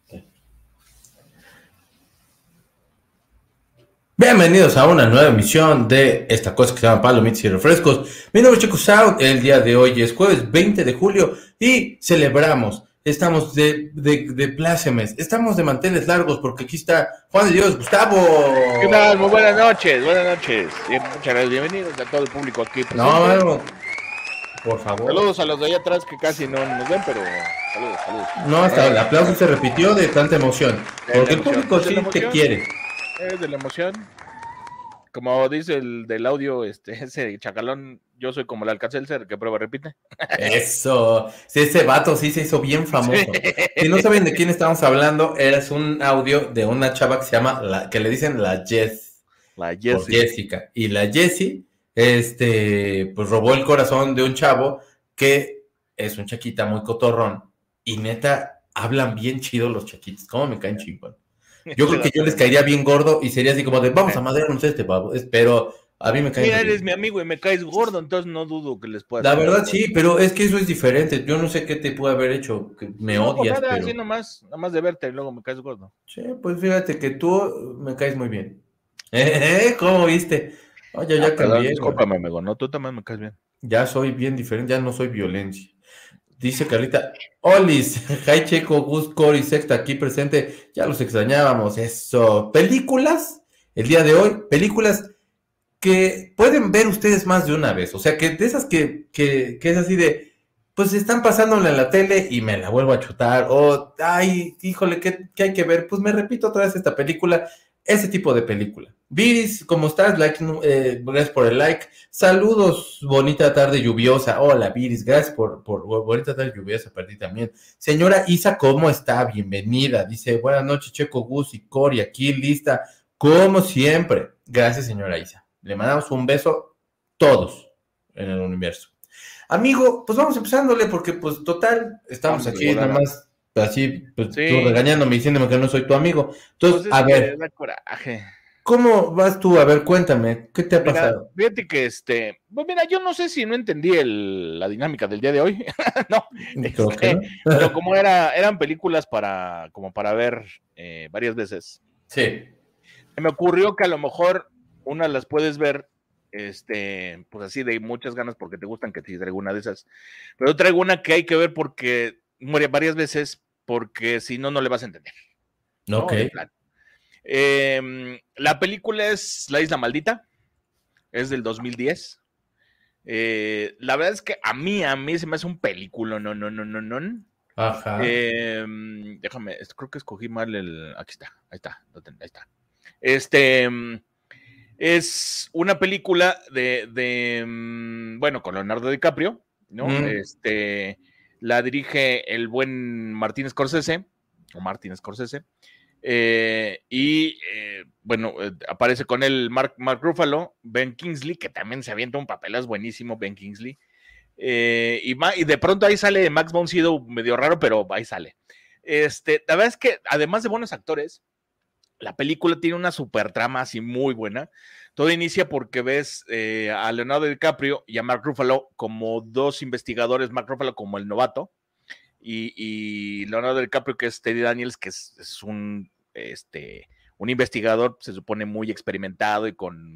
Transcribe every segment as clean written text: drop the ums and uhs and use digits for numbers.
Bienvenidos a una nueva emisión de esta cosa que se llama Palomitas y Refrescos. Mi nombre es Chico Sound. El día de hoy es jueves 20 de julio y celebramos. Estamos de plácemes, estamos de manteles largos porque aquí está Juan de Dios Gustavo. ¿Qué tal? Muy buenas noches. Muchas gracias, bienvenidos a todo el público aquí presente. No, por favor. Saludos a los de allá atrás que casi no nos ven, pero saludos. No, hasta el aplauso se repitió de tanta emoción. Porque el público sí te quiere. Es de la emoción. Como dice el del audio, ese chacalón, yo soy como el Alcacelser que prueba repite. Eso, sí, ese vato sí se hizo bien famoso. Sí. Si no saben de quién estamos hablando, es un audio de una chava que se llama, que le dicen la Jess. La Jessie. Por Jessica. Y la Jessie, pues robó el corazón de un chavo que es un chaquita muy cotorrón. Y neta, hablan bien chido los chaquitos. ¿Cómo me caen chingón? Yo creo que yo les caería bien gordo y sería así como de, vamos a madrearnos babo. Pero a mí me cae Mira, eres mi amigo y me caes gordo, entonces no dudo que les pueda. La verdad sí, pero es que eso es diferente. Yo no sé qué te puede haber hecho, que me odias, nada, pero... así nomás de verte y luego me caes gordo. Sí, pues fíjate que tú me caes muy bien. ¿Cómo viste? Oye, ya cambié. Discúlpame, amigo, no, tú también me caes bien. Ya soy bien diferente, ya no soy violencia. Dice Carlita, Olis, Jai Checo, Gus, Cory, Sexta aquí presente, ya los extrañábamos, eso. Películas, el día de hoy, películas que pueden ver ustedes más de una vez, o sea, que de esas que es así de, pues están pasándola en la tele y me la vuelvo a chutar, o, ay, híjole, ¿qué hay que ver? Pues me repito otra vez esta película, ese tipo de película. Viris, ¿cómo estás? Gracias por el like. Saludos, bonita tarde lluviosa. Hola, Viris, gracias por bonita tarde lluviosa para ti también. Señora Isa, ¿cómo está? Bienvenida. Dice, buenas noches, Checo, Gus y Cory, aquí lista, como siempre. Gracias, señora Isa. Le mandamos un beso todos en el universo. Amigo, pues vamos empezándole porque, pues, total, estamos aquí nada más así, pues, sí. Tú regañándome, diciéndome que no soy tu amigo. Entonces, pues a ver, da coraje. ¿Cómo vas tú? A ver, cuéntame, ¿qué te ha pasado? Fíjate que pues mira, yo no sé si no entendí la dinámica del día de hoy, no, Creo que no. pero como eran películas como para ver varias veces. Sí. Me ocurrió que a lo mejor una las puedes ver, pues así de muchas ganas porque te gustan, que te traigo una de esas, pero traigo una que hay que ver porque muere varias veces, porque si no, no le vas a entender. Ok. ¿No? La película es La Isla Maldita, es del 2010. La verdad es que a mí se me hace un película, no. Ajá. Déjame, creo que escogí mal aquí está, ahí está. Es una película bueno, con Leonardo DiCaprio, ¿no? La dirige el buen Martin Scorsese, bueno, aparece con él Mark Ruffalo, Ben Kingsley, que también se avienta un papel, es buenísimo Ben Kingsley, y de pronto ahí sale Max von Sydow, medio raro, pero ahí sale. La verdad es que además de buenos actores, la película tiene una super trama así muy buena. Todo inicia porque ves a Leonardo DiCaprio y a Mark Ruffalo como dos investigadores, Mark Ruffalo como el novato, y Leonardo DiCaprio, que es Teddy Daniels, que es un investigador, se supone muy experimentado y con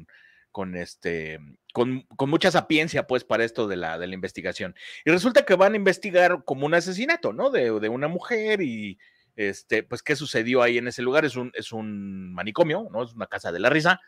mucha sapiencia, pues, para esto de la investigación. Y resulta que van a investigar como un asesinato, ¿no? De una mujer y pues, ¿qué sucedió ahí en ese lugar? Es un manicomio, ¿no? Es una casa de la risa.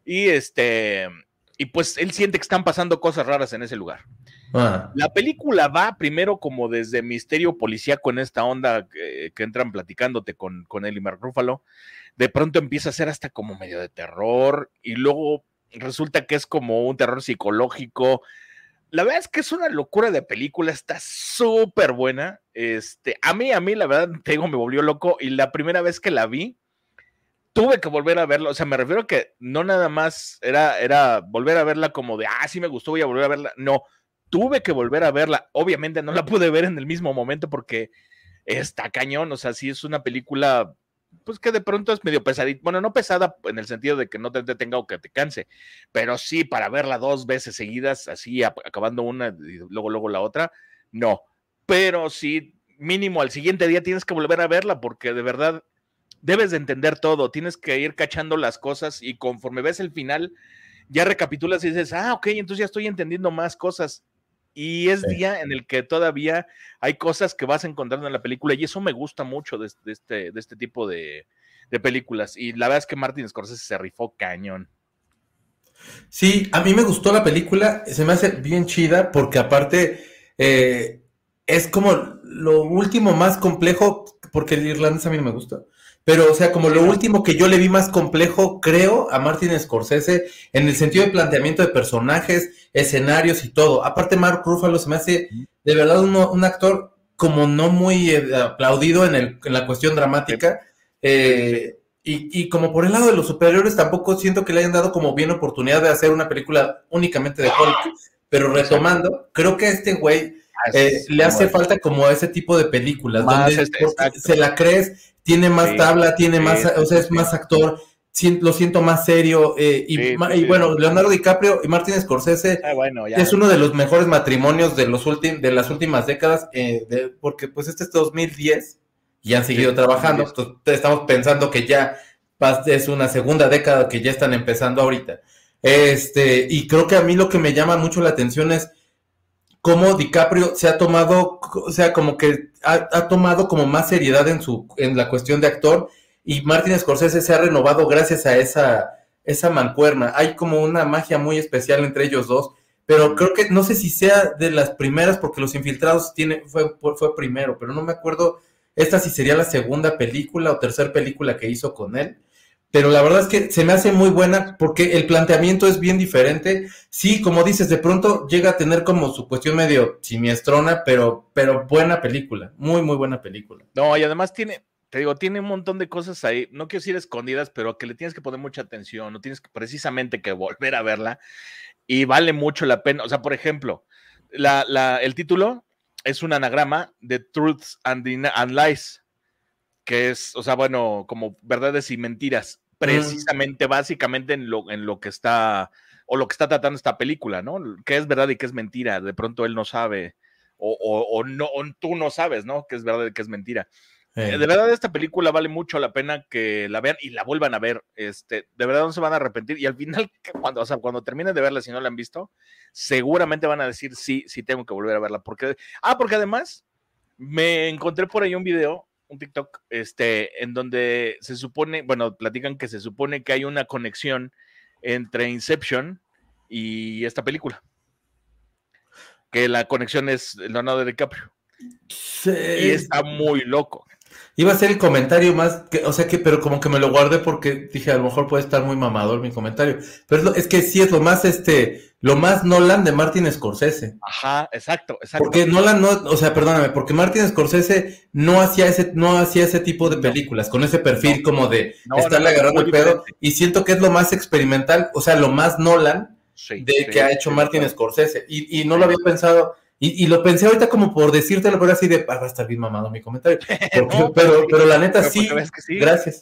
Y pues él siente que están pasando cosas raras en ese lugar. La película va primero como desde misterio policíaco en esta onda que entran platicándote con él y Mark Ruffalo. De pronto empieza a ser hasta como medio de terror y luego resulta que es como un terror psicológico. La verdad es que es una locura de película, está súper buena. A mí, la verdad, te digo, me volvió loco y la primera vez que la vi, tuve que volver a verla, o sea, me refiero a que no nada más era volver a verla como de, sí me gustó, voy a volver a verla, no, tuve que volver a verla, obviamente no la pude ver en el mismo momento porque está cañón, o sea, sí es una película, pues que de pronto es medio pesadita, bueno, no pesada en el sentido de que no te detenga o que te canse, pero sí para verla dos veces seguidas, así acabando una y luego la otra, no, pero sí mínimo al siguiente día tienes que volver a verla porque de verdad debes de entender todo, tienes que ir cachando las cosas y conforme ves el final, ya recapitulas y dices, ok, entonces ya estoy entendiendo más cosas. Y es día en el que todavía hay cosas que vas encontrando en la película y eso me gusta mucho de este tipo de películas. Y la verdad es que Martin Scorsese se rifó cañón. Sí, a mí me gustó la película, se me hace bien chida porque aparte es como lo último más complejo, porque el irlandés a mí no me gusta, pero o sea, como lo último que yo le vi más complejo, creo, a Martin Scorsese, en el sentido de planteamiento de personajes, escenarios y todo. Aparte Mark Ruffalo se me hace de verdad un actor como no muy aplaudido en la cuestión dramática, y como por el lado de los superiores tampoco siento que le hayan dado como bien oportunidad de hacer una película únicamente de Hulk, pero retomando, creo que a este güey le hace falta como ese tipo de películas, donde se la crees, tiene más tabla, tiene más, o sea, es más actor, lo siento más serio, y bueno, Leonardo DiCaprio y Martin Scorsese es uno de los mejores matrimonios de las últimas décadas, porque pues este es 2010 y han seguido trabajando, entonces estamos pensando que ya es una segunda década que ya están empezando ahorita. Y creo que a mí lo que me llama mucho la atención es cómo DiCaprio se ha tomado, o sea, como que ha tomado como más seriedad en la cuestión de actor, y Martin Scorsese se ha renovado gracias a esa mancuerna. Hay como una magia muy especial entre ellos dos, pero creo que, no sé si sea de las primeras, porque Los Infiltrados fue primero, pero no me acuerdo esta sí sería la segunda película o tercera película que hizo con él. Pero la verdad es que se me hace muy buena porque el planteamiento es bien diferente. Sí, como dices, de pronto llega a tener como su cuestión medio siniestrona, pero buena película, muy, muy buena película. No, y además tiene un montón de cosas ahí, no quiero decir escondidas, pero que le tienes que poner mucha atención, no tienes precisamente que volver a verla, y vale mucho la pena. O sea, por ejemplo, el título es un anagrama de Truths and Lies, que es, o sea, bueno, como verdades y mentiras, precisamente, básicamente en lo que está, o lo que está tratando esta película, ¿no? ¿Qué es verdad y qué es mentira? De pronto él no sabe, o tú no sabes, ¿no? ¿Qué es verdad y qué es mentira? De verdad, esta película vale mucho la pena que la vean y la vuelvan a ver. De verdad no se van a arrepentir. Y al final, cuando terminen de verla, si no la han visto, seguramente van a decir sí tengo que volver a verla. Porque además me encontré por ahí un video, un TikTok, en donde se supone, bueno, platican que se supone que hay una conexión entre Inception y esta película. Que la conexión es Leonardo DiCaprio. Sí. Y está muy loco. Iba a ser el comentario más, pero como que me lo guardé porque dije, a lo mejor puede estar muy mamador mi comentario. Pero es que sí es lo más Nolan de Martin Scorsese. Ajá, exacto. Porque Nolan perdóname, porque Martin Scorsese no hacía ese tipo de películas, con ese perfil como de estarle agarrando el pedo, y siento que es lo más experimental, o sea, lo más Nolan que ha hecho Martin Scorsese, y no lo había pensado. Y lo pensé ahorita como por decírtelo, pero así de, va a estar bien mamado mi comentario. Pero la neta sí, gracias.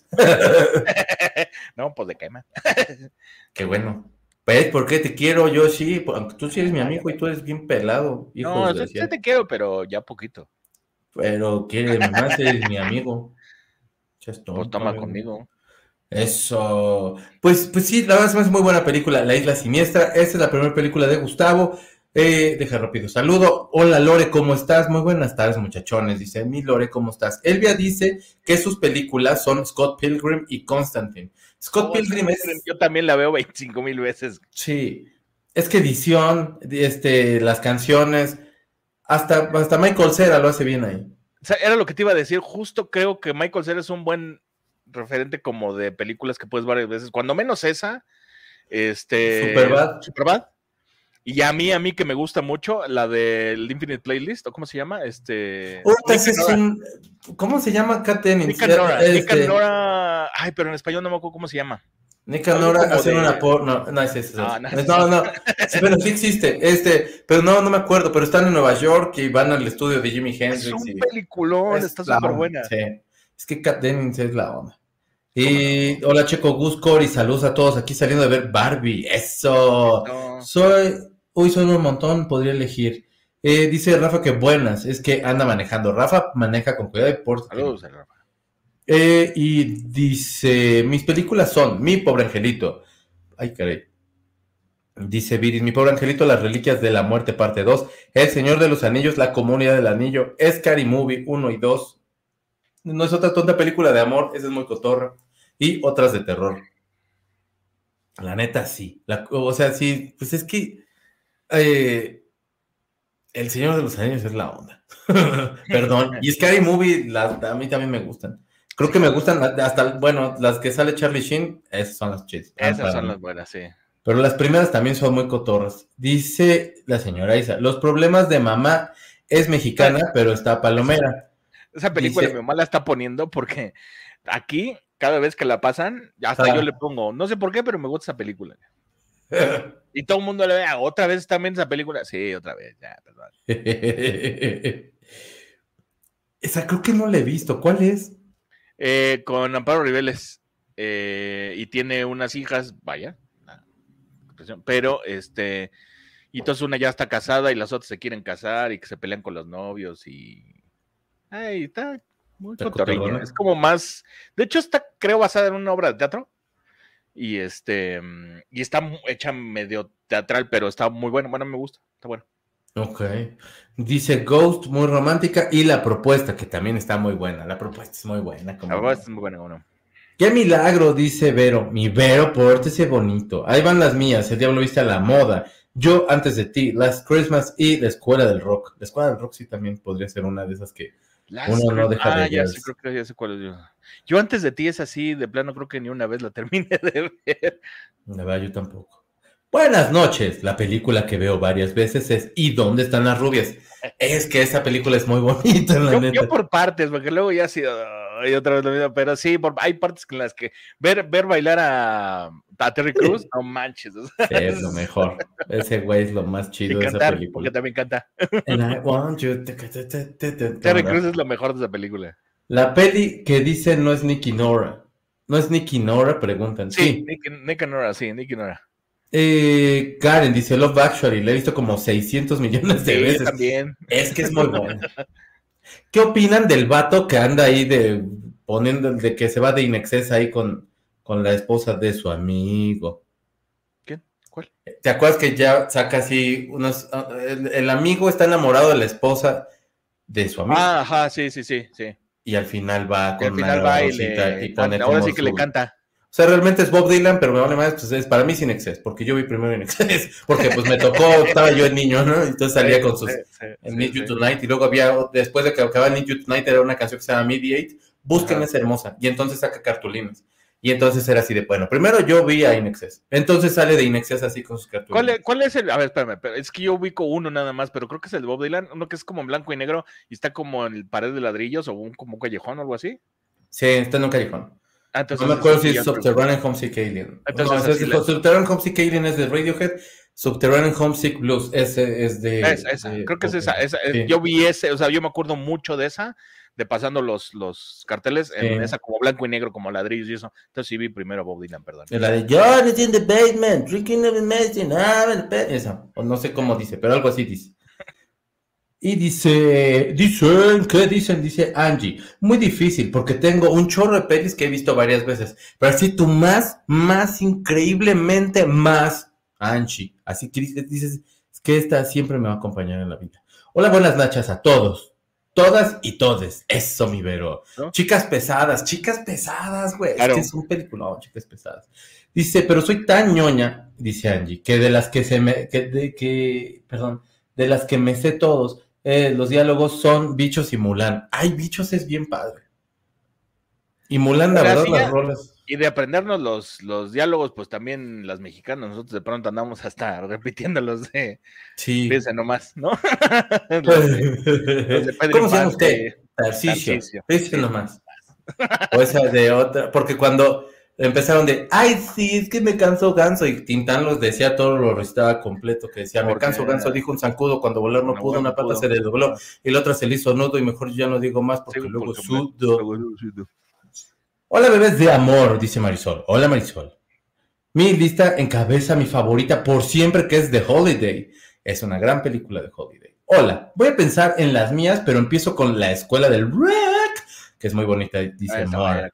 No, pues de quema. Qué bueno. ¿Ves por qué te quiero? Yo sí, aunque tú sí eres mi amigo y tú eres bien pelado. No, yo sí te quiero, pero ya poquito. Pero que más eres mi amigo. Pues toma conmigo. Eso. Pues sí, la verdad es muy buena película, La Isla Siniestra. Esta es la primera película de Gustavo. Deja rápido saludo. Hola Lore, ¿cómo estás? Muy buenas tardes, muchachones. Dice, mi Lore, ¿cómo estás? Elvia dice que sus películas son Scott Pilgrim y Constantine. Scott Pilgrim es... Yo también la veo 25,000 veces. Sí. Es que edición, las canciones, hasta Michael Cera lo hace bien ahí. O sea, era lo que te iba a decir. Justo creo que Michael Cera es un buen referente como de películas que puedes ver varias veces. Cuando menos esa, Superbad. Y a mí que me gusta mucho, la del Infinite Playlist, ¿o cómo se llama? ¿Cómo se llama? Kat Dennings. Nick and Nora. Ay, pero en español no me acuerdo cómo se llama. Nick and Nora hacen una porno. No, es ese. No. Sí, pero sí existe. Pero no me acuerdo. Pero están en Nueva York y van al estudio de Jimi Hendrix. Es un peliculón, está súper buena. Sí. Es que Kat Dennings es la onda. Y hola Checo Gus Cori, saludos a todos aquí saliendo de ver Barbie. Eso. Soy un montón, podría elegir. Dice Rafa que buenas, es que anda manejando. Rafa maneja con cuidado y por... Saludos, Rafa. Y dice, mis películas son Mi Pobre Angelito. Ay, caray. Dice Viris, Mi Pobre Angelito, Las Reliquias de la Muerte, parte 2. El Señor de los Anillos, La Comunidad del Anillo. Scary Movie 1 y 2. No es otra tonta película de amor, esa es muy cotorra. Y otras de terror. La neta, sí. O sea, sí, pues es que El Señor de los Anillos es la onda. Perdón. Y Scary Movie, a mí también me gustan. Creo que me gustan hasta, bueno, las que sale Charlie Sheen, esas son las chidas. Esas son las buenas, sí. Pero las primeras también son muy cotorras. Dice la señora Isa, Los problemas de mamá es mexicana, pero está palomera. Esa película mi mamá la está poniendo porque aquí, cada vez que la pasan, hasta yo le pongo, no sé por qué, pero me gusta esa película. Y todo el mundo le ve, ¿otra vez también esa película? Sí, otra vez, ya, perdón. Esa creo que no la he visto, ¿cuál es? Con Amparo Ribeles, y tiene unas hijas, vaya, pero y entonces una ya está casada y las otras se quieren casar y que se pelean con los novios y está muy cotorriña, es como más, de hecho está creo basada en una obra de teatro y está hecha medio teatral, pero está muy bueno, me gusta, está bueno. Ok. Dice Ghost, muy romántica, y La Propuesta, que también está muy buena. La Propuesta es muy buena. La Propuesta es muy buena, ¿o no? Qué milagro, dice Vero. Mi Vero, pórtese bonito. Ahí van las mías. El Diablo Viste a la Moda. Yo Antes de Ti, Last Christmas y La Escuela del Rock. La Escuela del Rock sí también podría ser una de esas que uno no deja de ver. Ya sé, creo que ya sé cuál es. Yo Antes de Ti es así, de plano creo que ni una vez la terminé de ver. La verdad, yo tampoco. Buenas noches. La película que veo varias veces es ¿Y dónde están las rubias? Es que esa película es muy bonita, neta. Yo por partes, porque luego ya ha sido otra vez lo mismo, pero sí, hay partes en las que ver bailar a Terry Crews, no manches. O sea, es lo mejor. Ese güey es lo más chido de esa película. Porque también canta. And I want you. Terry Crews es lo mejor de esa película. La peli que dice no es Nicky Nora. ¿No es Nicky Nora? Preguntan. Sí. Nicky Nora, sí, Nicky Nora. Karen dice Love Actually, la he visto como 600 millones de veces. También. Es que es muy buena. ¿Qué opinan del vato que anda ahí poniendo de que se va de Inexcess ahí con la esposa de su amigo? ¿Quién? ¿Cuál? ¿Te acuerdas que ya saca así unos... El amigo está enamorado de la esposa de su amigo? Ajá, sí. Y al final va con una rosita y pone ahora sí que le canta. O sea, realmente es Bob Dylan, pero me vale más, pues es para mí Sin Excess, porque yo vi primero In Excess, porque pues me tocó, estaba yo el niño, ¿no? Entonces salía con sus Need You Tonight, y luego había, después de que acababa Need You Tonight, era una canción que se llama Mediate, búsquenla, es hermosa, y entonces saca cartulinas, y entonces era así de, bueno, primero yo vi a In Excess, entonces sale de In Excess así con sus cartulinas. ¿Cuál es el? A ver, espérame, es que yo ubico uno nada más, pero creo que es el de Bob Dylan, uno que es como en blanco y negro, y está como en el pared de ladrillos, o como un callejón o algo así. Sí, está en un callejón. Entonces, no me acuerdo si es Subterranean Homesick Alien. Entonces, Subterranean Homesick Alien es de Radiohead, Subterranean Homesick Blues, ese es de... Esa. Creo que es esa. Sí. Yo vi ese, o sea, yo me acuerdo mucho de esa, de pasando los carteles en esa como blanco y negro, como ladrillos y eso. Entonces sí vi primero Bob Dylan, perdón. La de John is in the basement, drinking the medicine, esa, o no sé cómo dice, pero algo así dice. Y dice Angie, muy difícil porque tengo un chorro de pelis que he visto varias veces, pero así tú más increíblemente más, Angie, así que dices, es que esta siempre me va a acompañar en la vida. Hola, buenas nachas a todos, todas y todes, eso mi Vero, ¿no? Chicas pesadas, güey, claro. Es que es un peliculón, chicas pesadas. Dice, pero soy tan ñoña, dice Angie, que de las que de las que me sé todos, los diálogos son Bichos y Mulan. Ay, Bichos es bien padre. Y Mulan, la verdad, las rolas. Y de aprendernos los diálogos, pues también las mexicanas, nosotros de pronto andamos hasta repitiéndolos de... Sí. Piensa nomás, ¿no? los de ¿cómo se llama usted? Tarcisio. Piensa nomás. O esa de otra, porque cuando... Empezaron de, ay, sí, es que me canso ganso, y Tintán los decía, todo lo recitaba completo, que decía, me canso ganso, dijo un zancudo, cuando volar no pudo, una pata se le dobló, y la otra se le hizo nudo, y mejor ya no digo más, porque luego sudo. Hola, bebés de amor, dice Marisol. Hola, Marisol. Mi lista encabeza mi favorita por siempre, que es The Holiday. Es una gran película de Holiday. Hola, voy a pensar en las mías, pero empiezo con La Escuela del Rock, que es muy bonita, dice Mar.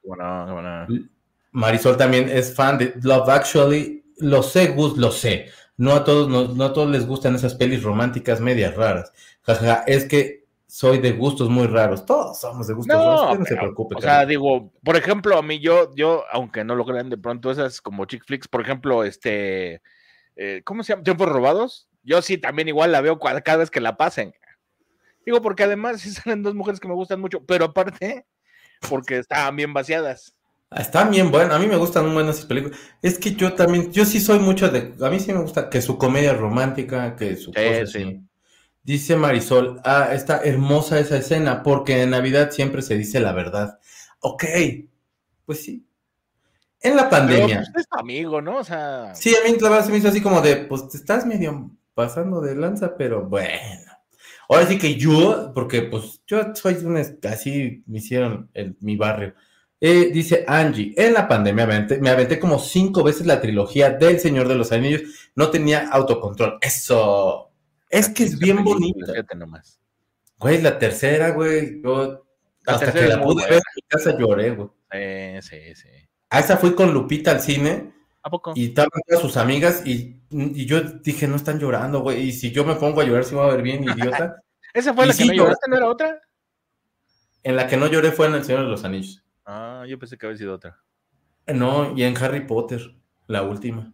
Marisol también es fan de Love Actually. Lo sé, Gus, lo sé. No a todos les gustan esas pelis románticas medias raras. Jaja, es que soy de gustos muy raros. Todos somos de gustos raros. Usted no se preocupe. O sea, digo, por ejemplo, a mí yo, aunque no lo crean de pronto, esas como chick flicks, por ejemplo, ¿cómo se llama? ¿Tiempos robados? Yo sí también igual la veo cada vez que la pasen. Digo, porque además sí salen dos mujeres que me gustan mucho, pero aparte, porque estaban bien vaciadas. Están bien buenas, a mí me gustan buenas esas películas. Es que yo sí soy mucho a mí sí me gusta que su comedia romántica, que su cosa así. Dice Marisol, está hermosa esa escena, porque en Navidad siempre se dice la verdad. Ok, pues sí. En la pandemia. Pero, pues, es tu amigo, ¿no? O sea. Sí, a mí la verdad se me hizo así como de, pues te estás medio pasando de lanza, pero bueno. Ahora sí que yo, porque pues yo soy así me hicieron mi barrio. Dice Angie, en la pandemia me aventé como 5 veces la trilogía del Señor de los Anillos, no tenía autocontrol. Eso, es que es bien bonita. Güey, la tercera, güey, yo hasta que la pude ver en mi casa lloré, güey. Sí. A esa fui con Lupita al cine. ¿A poco? Y estaban todas sus amigas y yo dije, no están llorando, güey. Y si yo me pongo a llorar, ¿sí me va a ver bien, idiota? ¿Esa fue la que no lloraste? ¿No era otra? En la que no lloré fue en El Señor de los Anillos. Yo pensé que había sido otra. No, y en Harry Potter, la última.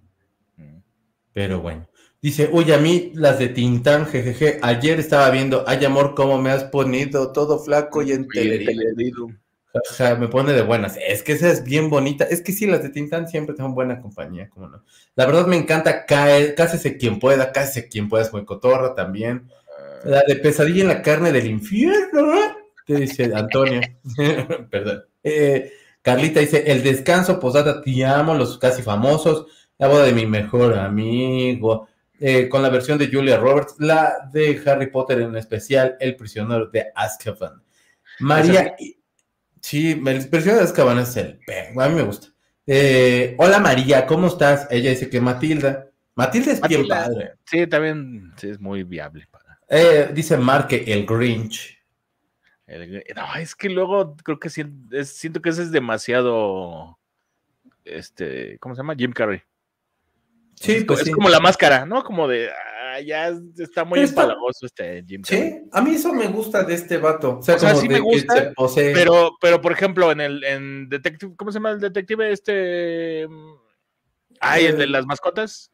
Pero bueno. Dice, oye, a mí las de Tintán, jejeje, ayer estaba viendo, ay amor, cómo me has ponido todo flaco y entelerido. Me pone de buenas. Es que esa es bien bonita. Es que sí, las de Tintán siempre son buena compañía, ¿cómo no? La verdad me encanta Cásese quien pueda, es muy cotorra también. La de Pesadilla en la carne del infierno, te dice Antonio. Perdón. Carlita dice, El descanso, posdata, te amo, los casi famosos, la boda de mi mejor amigo, con la versión de Julia Roberts, la de Harry Potter en especial, El prisionero de Azkaban. María... Sí, el prisionero de Azkaban es a mí me gusta. Hola María, ¿cómo estás? Ella dice que Matilda es bien padre. Sí, también sí, es muy viable. Dice Marque el Grinch. No, es que luego creo que siento que ese es demasiado, ¿cómo se llama? Jim Carrey. Sí, pues es como La Máscara, ¿no? Como de, ya está muy empalagoso Jim Carrey. Sí, a mí eso me gusta de este vato. O sea sí me gusta, pero por ejemplo, en Detective, ¿cómo se llama el detective? El de las mascotas,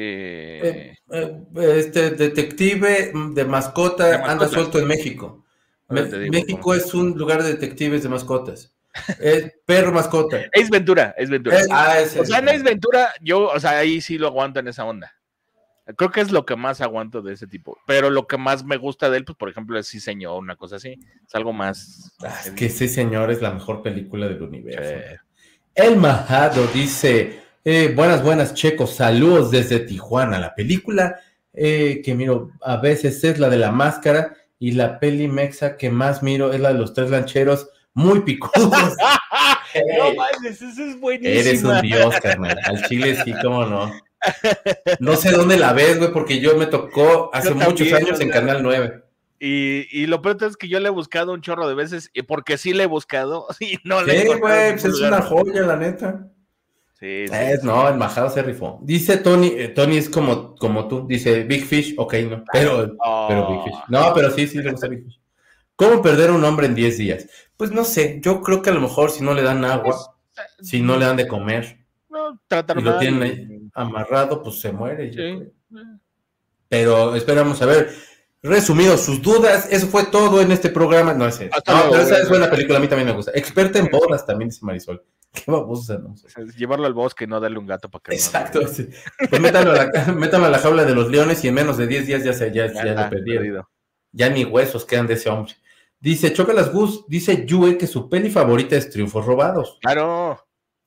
detective de mascota anda suelto en México. México es un lugar de detectives de mascotas. Perro mascota. Ace Ventura. En Ace Ventura, ahí sí lo aguanto en esa onda. Creo que es lo que más aguanto de ese tipo. Pero lo que más me gusta de él, pues, por ejemplo, es Sí, Señor, una cosa así. Es algo más. Es que Sí, Señor es la mejor película del universo. El Majado dice: buenas, Checo. Saludos desde Tijuana. La película que miro a veces es la de La Máscara. Y la peli mexa que más miro es la de Los Tres Lancheros. Muy picudos. No mames, eso es buenísimo. Eres un dios, carnal. Al chile sí, cómo no. No sé dónde la ves, güey, porque yo me tocó hace muchos años en Canal 9. Y lo peor es que yo le he buscado un chorro de veces, porque sí le he buscado y no le he encontrado. Sí, güey, pues es una joya, la neta. Sí. No, el Majado se rifó. Dice Tony es como tú, dice Big Fish, ok, no, pero Big Fish. No, pero sí le gusta Big Fish. ¿Cómo perder a un hombre en 10 días? Pues no sé, yo creo que a lo mejor si no le dan agua, si no le dan de comer, y lo tienen ahí amarrado, pues se muere. Sí. Pero esperamos a ver. Resumido sus dudas, eso fue todo en este programa. No sé. Pero esa es buena película, a mí también me gusta. Experta en bodas también, dice Marisol. Qué baboso, ¿no? Llevarlo al bosque y no darle un gato para que. Exacto, sí. Pues métanlo a la jaula de los leones y en menos de 10 días ya lo perdieron. Ya ni huesos quedan de ese hombre. Dice Chócalas Gus, dice Yue que su peli favorita es Triunfos Robados. Claro.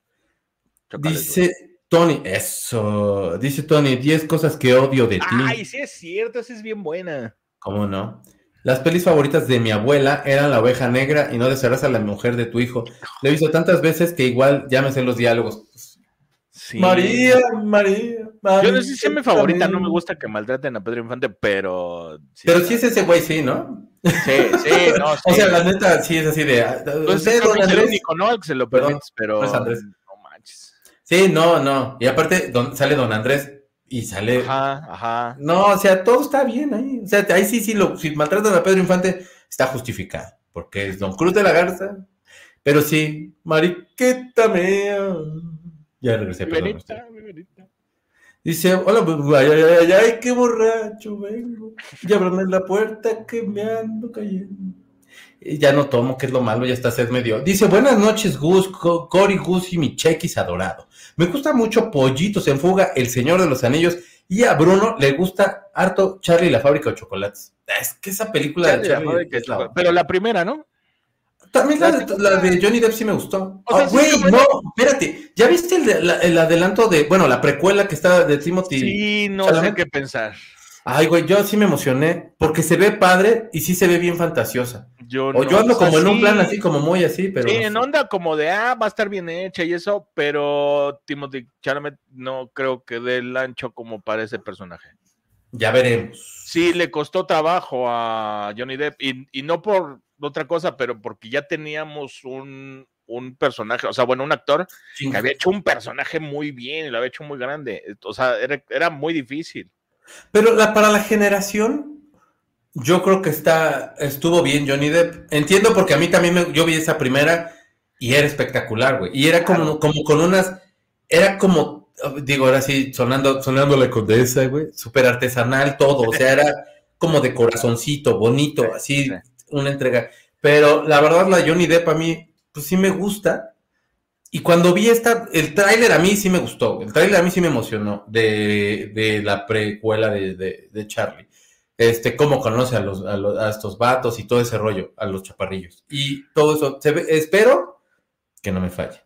Dice Tony, eso. Dice Tony, 10 cosas que odio de ti. Ay, sí es cierto, esa es bien buena. ¿Cómo no? Las pelis favoritas de mi abuela eran La Oveja Negra y No desearás a la mujer de tu hijo. Le he visto tantas veces que igual ya me sé los diálogos. Sí. María. Yo no sé si es mi favorita, no me gusta que maltraten a Pedro Infante, pero... Sí, pero sí es ese güey, sí, ¿no? Sí, no, sí. O sea, la neta, sí es así de... Pues es el único, ¿no? Que se lo permites, pero... No es Andrés. No manches. Sí, no. Y aparte sale don Andrés y sale... Ajá. No, o sea, todo está bien ahí. O sea, ahí sí, si maltratan a Pedro Infante, está justificado. Porque es don Cruz de la Garza. Pero sí, mariquita mía. Ya regresé, perdón. Dice, hola, ay, qué borracho vengo. Y ábrame la puerta que me ando cayendo. Y ya no tomo, que es lo malo, ya está sed medio. Dice, buenas noches, Gus, Cory, Gus y mi chequis adorado. Me gusta mucho Pollitos en Fuga, El Señor de los Anillos, y a Bruno le gusta harto Charlie y la Fábrica de Chocolates. Es que esa película de Charlie es la... Pero la primera, ¿no? También la de Johnny Depp sí me gustó. Güey, no, espérate. ¿Ya viste el adelanto de, bueno, la precuela que está de Timothy? Sí, no sé qué pensar. Ay, güey, yo sí me emocioné, porque se ve padre y sí se ve bien fantasiosa. Yo ando como en un plan así, como muy así, pero... Sí, en onda como de, va a estar bien hecha y eso, pero Timothy Chalamet no creo que dé el ancho como para ese personaje. Ya veremos. Sí, le costó trabajo a Johnny Depp, y no por otra cosa, pero porque ya teníamos un personaje, o sea, bueno, un actor que había hecho un personaje muy bien y lo había hecho muy grande, o sea, era muy difícil. Pero para la generación, yo creo que estuvo bien Johnny Depp. Entiendo porque a mí también yo vi esa primera y era espectacular, güey. Y era como con unas, era como, digo, ahora sí, sonando la condesa, güey, súper artesanal todo, o sea, era como de corazoncito, bonito, así, una entrega. Pero la verdad, la Johnny Depp a mí, pues sí me gusta. Y cuando vi el tráiler a mí sí me gustó, el tráiler a mí sí me emocionó de la precuela de Charlie. Cómo conoce a estos vatos y todo ese rollo, a los chaparrillos. Y todo eso, espero que no me falle.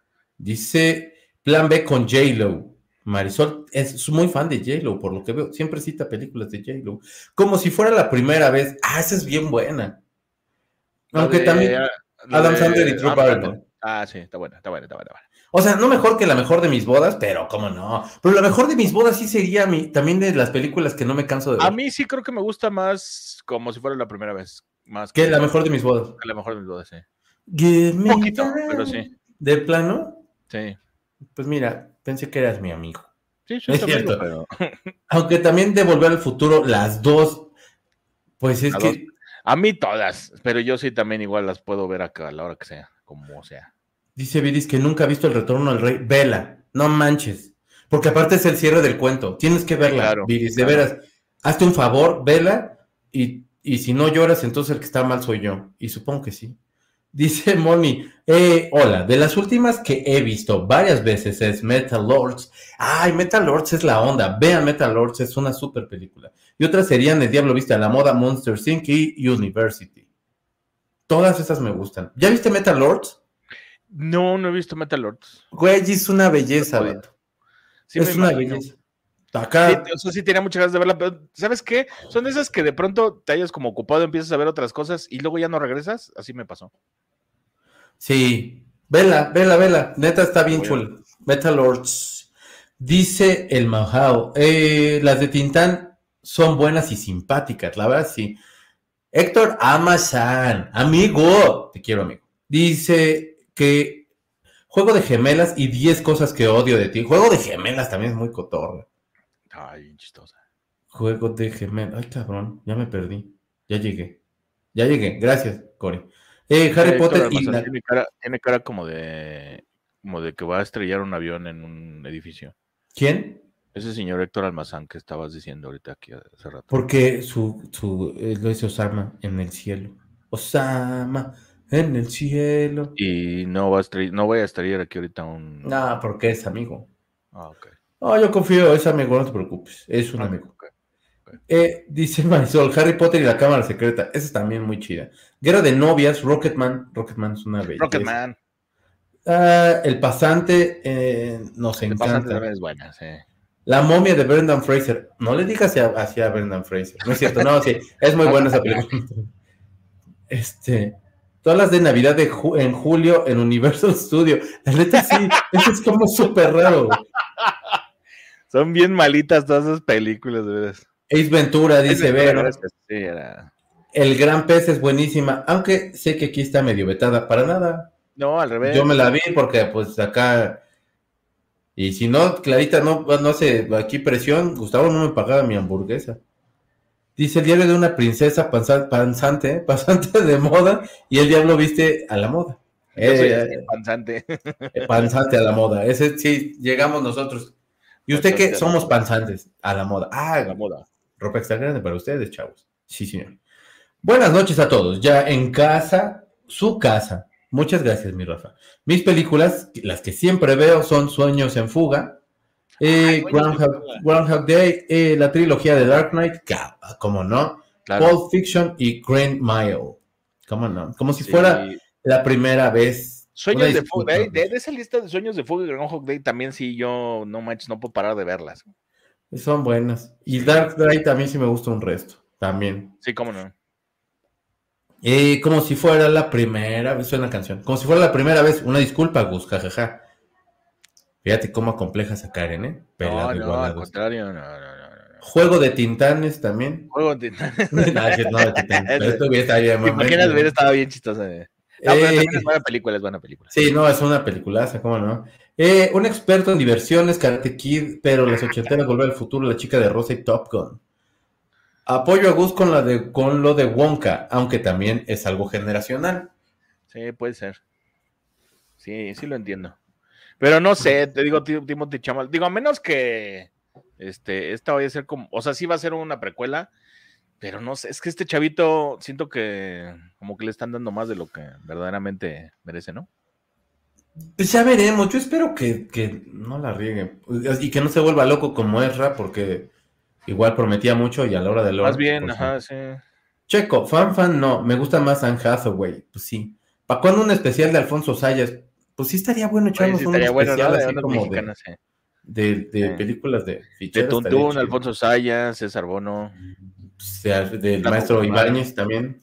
Dice Plan B con J-Lo. Marisol es muy fan de J-Lo, por lo que veo. Siempre cita películas de J-Lo. Como si fuera la primera vez. Esa es bien buena. Aunque también Adam Sandler y Drew Barrymore. Sí, está buena. O sea, no mejor que la mejor de mis bodas, pero cómo no. Pero la mejor de mis bodas sí sería también de las películas que no me canso de ver. A mí sí creo que me gusta más como si fuera la primera vez. Más que la mejor de mis bodas. La mejor de mis bodas, sí. Un poquito, pero sí. ¿De plano? Sí. Pues mira, pensé que eras mi amigo. Sí, es cierto. Pero... Aunque también de Volver al Futuro, las dos, pues es que... A mí todas, pero yo sí también igual las puedo ver acá a la hora que sea, como sea. Dice Viris que nunca ha visto El Retorno al Rey. Vela, no manches. Porque aparte es el cierre del cuento. Tienes que verla, claro, Viris, de veras. Hazte un favor, vela, y si no lloras, entonces el que está mal soy yo. Y supongo que sí. Dice Moni, hola, de las últimas que he visto varias veces es Metal Lords. Ay, Metal Lords es la onda. Vean Metal Lords, es una super película. Y otras serían El Diablo Viste a la Moda, Monster Inc. y University. Todas esas me gustan. ¿Ya viste Metal Lords? No he visto Metal Lords. Güey, es una belleza, Beto. Sí, es una belleza. Acá. Sí tenía muchas ganas de verla, pero ¿sabes qué? Son de esas que de pronto te hayas como ocupado, empiezas a ver otras cosas y luego ya no regresas. Así me pasó. Sí, vela. Neta está bien chula. Metal Lords. Dice el Mahao. Las de Tintán son buenas y simpáticas, la verdad sí. Héctor Amazán, amigo. Te quiero, amigo. Dice que Juego de Gemelas y 10 cosas que odio de ti. Juego de Gemelas también es muy cotorra. Ay, chistosa. Juego de Gemelas. Ay, cabrón, ya me perdí. Ya llegué. Gracias, Cory. Harry Potter y tiene cara como de que va a estrellar un avión en un edificio. ¿Quién? Ese señor Héctor Almazán que estabas diciendo ahorita aquí hace rato. Porque lo dice Osama en el cielo. Osama en el cielo. Y no voy a estrellar aquí ahorita un... No, porque es amigo. Ok. No, yo confío, es amigo, no te preocupes. Es un amigo. Okay. Dice Marisol, Harry Potter y la Cámara Secreta. Esa es también muy chida. Guerra de Novias, Rocketman. Rocketman es una belleza. Rocketman. El Pasante nos encanta. El Pasante también es buena, sí. La Momia de Brendan Fraser. No le digas hacia Brendan Fraser. No es cierto, no, sí. Es muy buena esa película. Todas las de Navidad en julio en Universal Studio. La neta sí, eso es como súper raro. Son bien malitas todas esas películas, de verdad. Ace Ventura, dice Vero. Sí, El Gran Pez es buenísima, aunque sé que aquí está medio vetada. Para nada. No, al revés. Yo me la vi porque pues acá... Y si no, Clarita no hace aquí presión, Gustavo no me pagaba mi hamburguesa. Dice el diario de una princesa pasante de moda, y el diablo viste a la moda. Panzante. Panzante a la moda. Ese sí, llegamos nosotros. ¿Y usted qué? Somos panzantes a la moda. Ah, la moda. Ropa extra grande para ustedes, chavos. Sí, señor. Buenas noches a todos. Ya en casa, su casa. Muchas gracias, mi Rafa. Mis películas, las que siempre veo, son Sueños en Fuga, Groundhog Day, la trilogía de Dark Knight, ¿cómo no? Claro. Pulp Fiction y Green Mile. ¿Cómo no? Como si fuera la primera vez. Sueños de Fuga, de esa lista de Sueños de Fuga y Groundhog Day también sí, yo no manches, no puedo parar de verlas. Son buenas. Y Dark Knight también sí me gusta un resto, también. Sí, cómo no. Como si fuera la primera vez, suena canción, como si fuera la primera vez, una disculpa, Gus, jajaja. Fíjate cómo acomplejas a Karen, ¿eh? No, al contrario, no. Juego de Titanes también. Juego de Titanes. No, de Titanes. Pero esto hubiera estado bien. Imagínate, hubiera estado bien chistosa. No, pero también es buena película. Sí, no, es una peliculaza, ¿cómo no? Un experto en diversiones, Karate Kid, pero las ochenteras, Volver al Futuro, La Chica de Rosa y Top Gun. Apoyo a Gus con lo de Wonka, aunque también es algo generacional. Sí, puede ser. Sí lo entiendo. Pero no sé, te digo, Timothy Chalamet, digo, a menos que esta vaya a ser como, o sea, sí va a ser una precuela, pero no sé, es que este chavito siento que como que le están dando más de lo que verdaderamente merece, ¿no? Pues ya veremos, yo espero que no la riegue y que no se vuelva loco como Ezra, porque igual prometía mucho y a la hora de lo más bien, ajá, sí. Checo, fan, no, me gusta más Anne Hathaway, pues sí. ¿Para cuándo un especial de Alfonso Sayas? Pues sí estaría bueno echarnos un especial así como de películas de ficheras. De Tuntún, Alfonso Sayas, César Bono. Del maestro Ibáñez también.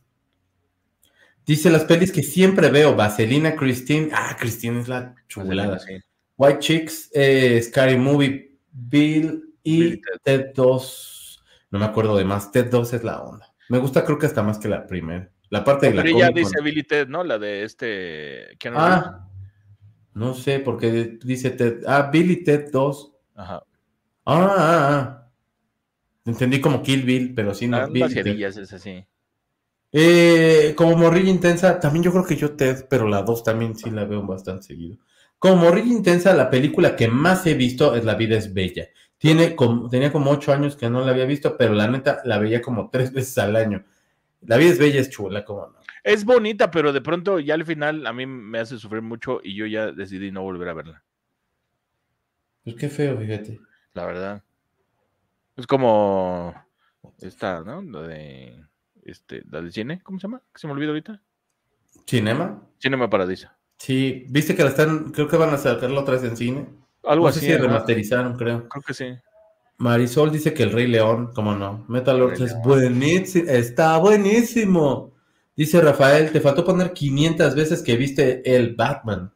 Dice las pelis que siempre veo, Vaselina, Christine. Christine es la chulada. Sí. White Chicks, Scary Movie, Bill y Ted 2. No me acuerdo de más. Ted 2 es la onda. Me gusta, creo que hasta más que la primera. La parte de la ella dice Billy Ted, ¿no? La de no sé, porque dice Ted. Billy Ted 2. Ajá. Entendí como Kill Bill, pero sí no. Vaciadillas, es así. Como Morrilla Intensa, también yo creo que yo Ted, pero la 2 también sí la veo bastante seguido. Como Morrilla Intensa, la película que más he visto es La Vida es Bella. Tenía como 8 años que no la había visto, pero la neta la veía como 3 veces al año. La Vida es Bella es chula, como no. Es bonita, pero de pronto ya al final a mí me hace sufrir mucho y yo ya decidí no volver a verla. Pues qué feo, fíjate. La verdad. Es como esta, ¿no? La del cine, ¿cómo se llama? ¿Qué se me olvida ahorita? ¿Cinema? Cinema Paradiso. Sí, viste que creo que van a sacarla otra vez en cine. Algo así. No sé si remasterizaron, creo. Creo que sí. Marisol dice que El Rey León, ¿cómo no? Metal Lord es buenísimo, está buenísimo. Dice Rafael, te faltó poner 500 veces que viste el Batman.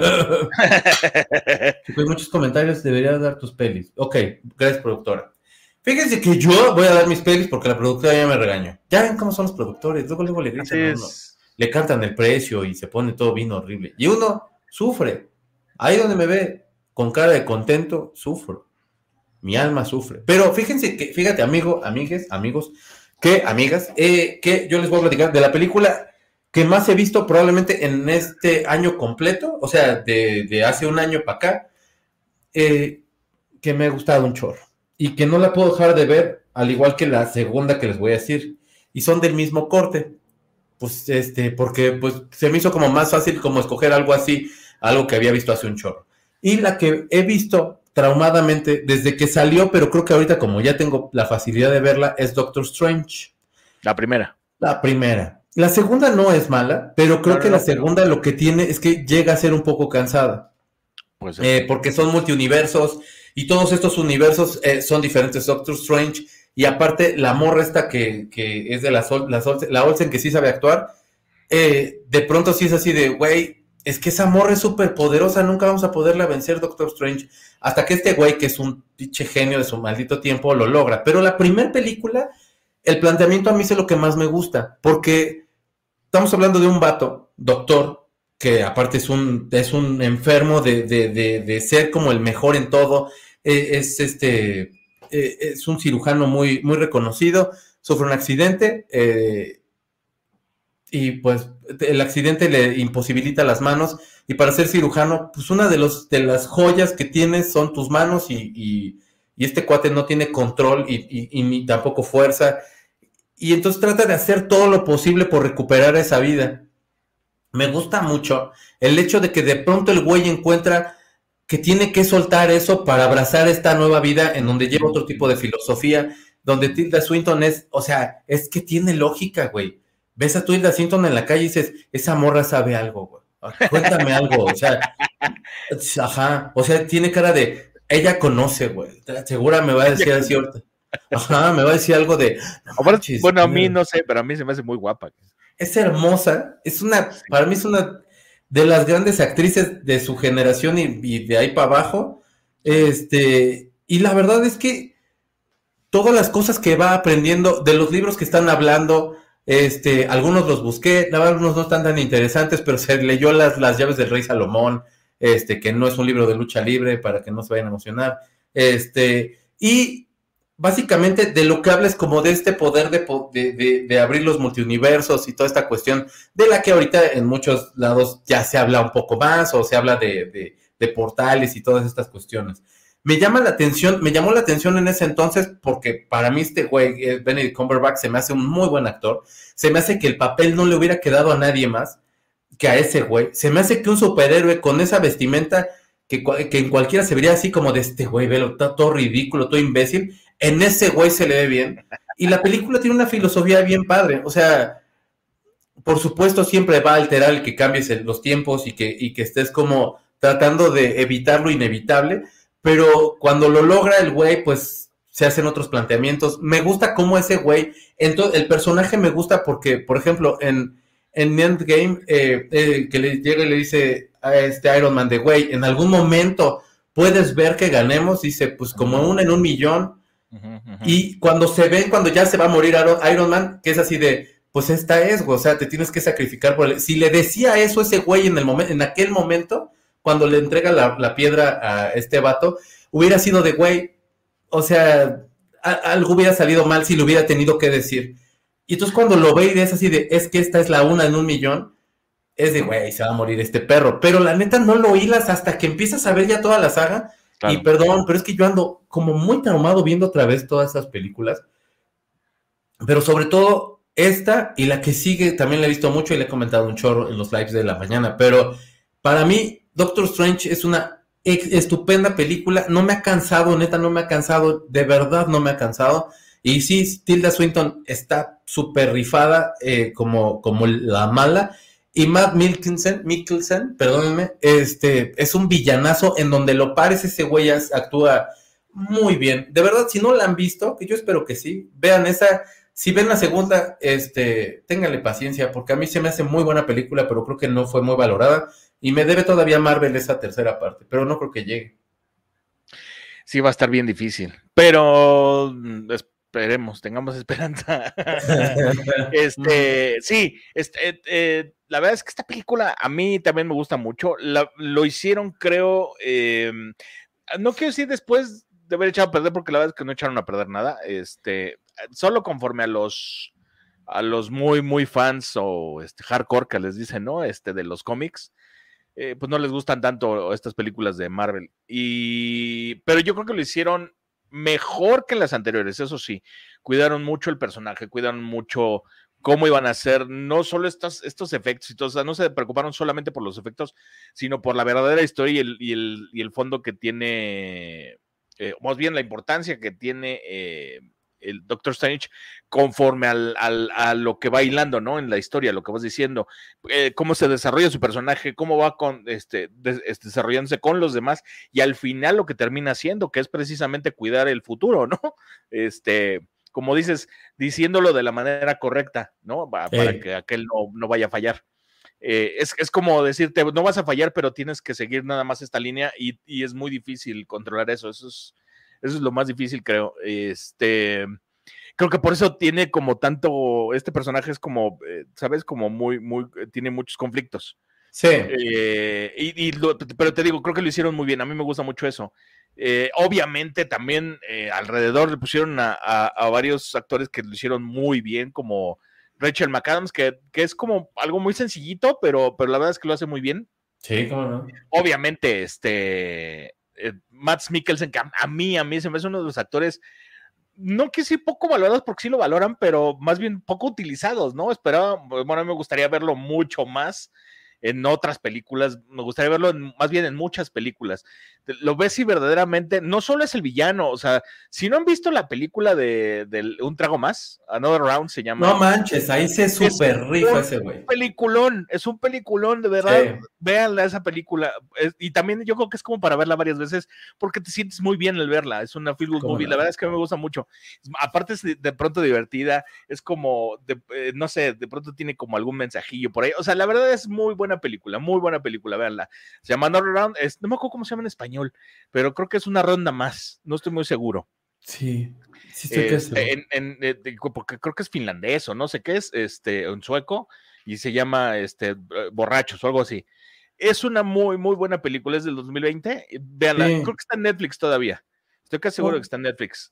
Hay muchos comentarios, deberías dar tus pelis. Ok, gracias, productora. Fíjense que yo voy a dar mis pelis porque la productora ya me regañó. Ya ven cómo son los productores, luego le gritan a uno. Le cantan el precio y se pone todo bien horrible. Y uno sufre. Ahí donde me ve con cara de contento, sufro. Mi alma sufre. Pero fíjate, amigos, que yo les voy a platicar de la película que más he visto probablemente en este año completo, o sea, de hace un año para acá, que me ha gustado un chorro. Y que no la puedo dejar de ver, al igual que la segunda que les voy a decir. Y son del mismo corte. Pues, porque pues se me hizo como más fácil como escoger algo así, algo que había visto hace un chorro. Y la que he visto traumadamente desde que salió, pero creo que ahorita como ya tengo la facilidad de verla, es Doctor Strange. La primera. La segunda no es mala, pero creo que la segunda lo que tiene es que llega a ser un poco cansada. Pues, porque son multiuniversos y todos estos universos son diferentes. Doctor Strange y aparte la morra esta que es de la Olsen que sí sabe actuar, de pronto sí es así de, güey, es que esa morra es súper poderosa, nunca vamos a poderla vencer, Doctor Strange, hasta que este güey, que es un pinche genio de su maldito tiempo, lo logra. Pero la primera película, el planteamiento a mí es lo que más me gusta, porque estamos hablando de un vato, doctor, que aparte es un enfermo de ser como el mejor en todo, es un cirujano muy, muy reconocido, sufre un accidente, y pues el accidente le imposibilita las manos, y para ser cirujano, pues una de las joyas que tienes son tus manos, y este cuate no tiene control y ni tampoco fuerza, y entonces trata de hacer todo lo posible por recuperar esa vida. Me gusta mucho el hecho de que de pronto el güey encuentra que tiene que soltar eso para abrazar esta nueva vida en donde lleva otro tipo de filosofía, donde Tilda Swinton o sea, es que tiene lógica, güey. Ves a Tilda Swinton en la calle y dices, esa morra sabe algo, güey. Cuéntame algo, o sea, ajá, o sea, tiene cara de, ella conoce, güey. Segura me va a decir así ahorita. Ajá, me va a decir algo de, no manches, bueno, a mí no sé, pero a mí se me hace muy guapa. Es hermosa, para mí es una de las grandes actrices de su generación y de ahí para abajo. Y la verdad es que todas las cosas que va aprendiendo, de los libros que están hablando, algunos los busqué, la verdad algunos no están tan interesantes, pero se leyó las llaves del rey Salomón, que no es un libro de lucha libre para que no se vayan a emocionar. Y básicamente de lo que habla es como de este poder de abrir los multiuniversos y toda esta cuestión de la que ahorita en muchos lados ya se habla un poco más, o se habla de portales y todas estas cuestiones. Me llamó la atención en ese entonces porque para mí este güey, Benedict Cumberbatch, se me hace un muy buen actor, se me hace que el papel no le hubiera quedado a nadie más que a ese güey, se me hace que un superhéroe con esa vestimenta que en cualquiera se vería así como de este güey, velo, está todo ridículo, todo imbécil, en ese güey se le ve bien, y la película tiene una filosofía bien padre, o sea, por supuesto siempre va a alterar el que cambies los tiempos y que estés como tratando de evitar lo inevitable, pero cuando lo logra el güey, pues se hacen otros planteamientos. Me gusta cómo ese güey, el personaje me gusta porque, por ejemplo, en Endgame, que le llega y le dice a este Iron Man de güey, en algún momento puedes ver que ganemos, dice, pues como una en un millón. Y cuando ya se va a morir Iron Man, que es así de, pues esta es, güey, o sea, te tienes que sacrificar por él. Si le decía eso ese güey en aquel momento, cuando le entrega la piedra a este vato, hubiera sido de güey, o sea, algo hubiera salido mal si le hubiera tenido que decir. Y entonces cuando lo ve y es así de, es que esta es la una en un millón, es de, güey, se va a morir este perro. Pero la neta no lo hilas hasta que empiezas a ver ya toda la saga. Claro. Y perdón, pero es que yo ando como muy traumado viendo otra vez todas esas películas. Pero sobre todo esta y la que sigue también la he visto mucho y le he comentado un chorro en los lives de la mañana. Pero para mí, Doctor Strange es una estupenda película. No me ha cansado, neta, no me ha cansado. De verdad no me ha cansado. Y sí, Tilda Swinton está súper rifada como la mala. Y Matt Mikkelsen, perdónenme, es un villanazo en donde lo pares, ese güey actúa muy bien. De verdad, si no la han visto, que yo espero que sí, vean esa. Si ven la segunda, ténganle paciencia, porque a mí se me hace muy buena película, pero creo que no fue muy valorada. Y me debe todavía Marvel esa tercera parte, pero no creo que llegue. Sí, va a estar bien difícil, pero esperemos, tengamos esperanza. Sí, la verdad es que esta película a mí también me gusta mucho. Lo hicieron, creo, no quiero decir después de haber echado a perder, porque la verdad es que no echaron a perder nada. Solo conforme a los muy, muy fans o hardcore que les dicen, ¿no? De los cómics. Pues no les gustan tanto estas películas de Marvel. Pero yo creo que lo hicieron mejor que las anteriores, eso sí. Cuidaron mucho el personaje, cuidaron mucho cómo iban a ser, no solo estos efectos y todo, o sea, no se preocuparon solamente por los efectos, sino por la verdadera historia y el fondo que tiene, más bien la importancia que tiene el Doctor Strange conforme a lo que va hilando, ¿no? En la historia, lo que vas diciendo, cómo se desarrolla su personaje, cómo va desarrollándose con los demás, y al final lo que termina haciendo, que es precisamente cuidar el futuro, ¿no? Como dices, diciéndolo de la manera correcta, ¿no? Para que aquel no vaya a fallar. es como decirte, no vas a fallar, pero tienes que seguir nada más esta línea y es muy difícil controlar eso. Eso es lo más difícil, creo. Creo que por eso tiene como tanto, este personaje es como, ¿sabes? Como tiene muchos conflictos. Sí. Pero te digo, creo que lo hicieron muy bien. A mí me gusta mucho eso. Obviamente también alrededor le pusieron a varios actores que lo hicieron muy bien, como Rachel McAdams, que es como algo muy sencillito, pero la verdad es que lo hace muy bien. Sí, cómo no. Obviamente, Mads Mikkelsen, que a mí se me hace uno de los actores, no que sí poco valorados, porque sí lo valoran, pero más bien poco utilizados, ¿no? Bueno, me gustaría verlo mucho más en otras películas, me gustaría verlo más bien en muchas películas. Lo ves y verdaderamente, no solo es el villano, o sea, si no han visto la película de Un Trago Más, Another Round se llama. No manches, ahí se súper rifa ese güey. Es un peliculón, de verdad, sí. Véanla esa película, y también yo creo que es como para verla varias veces, porque te sientes muy bien al verla, es una feel good movie, la verdad es que me gusta mucho, aparte es de pronto divertida, es como, no sé, de pronto tiene como algún mensajillo por ahí, o sea, la verdad es muy buena película, véanla. Se llama Another Round, no me acuerdo cómo se llama en español, pero creo que es una ronda más, no estoy muy seguro. Sí estoy porque creo que es finlandés o no sé qué es, en sueco, y se llama Borrachos o algo así. Es una muy, muy buena película, es del 2020, véanla, creo que está en Netflix todavía. Estoy casi seguro que está en Netflix.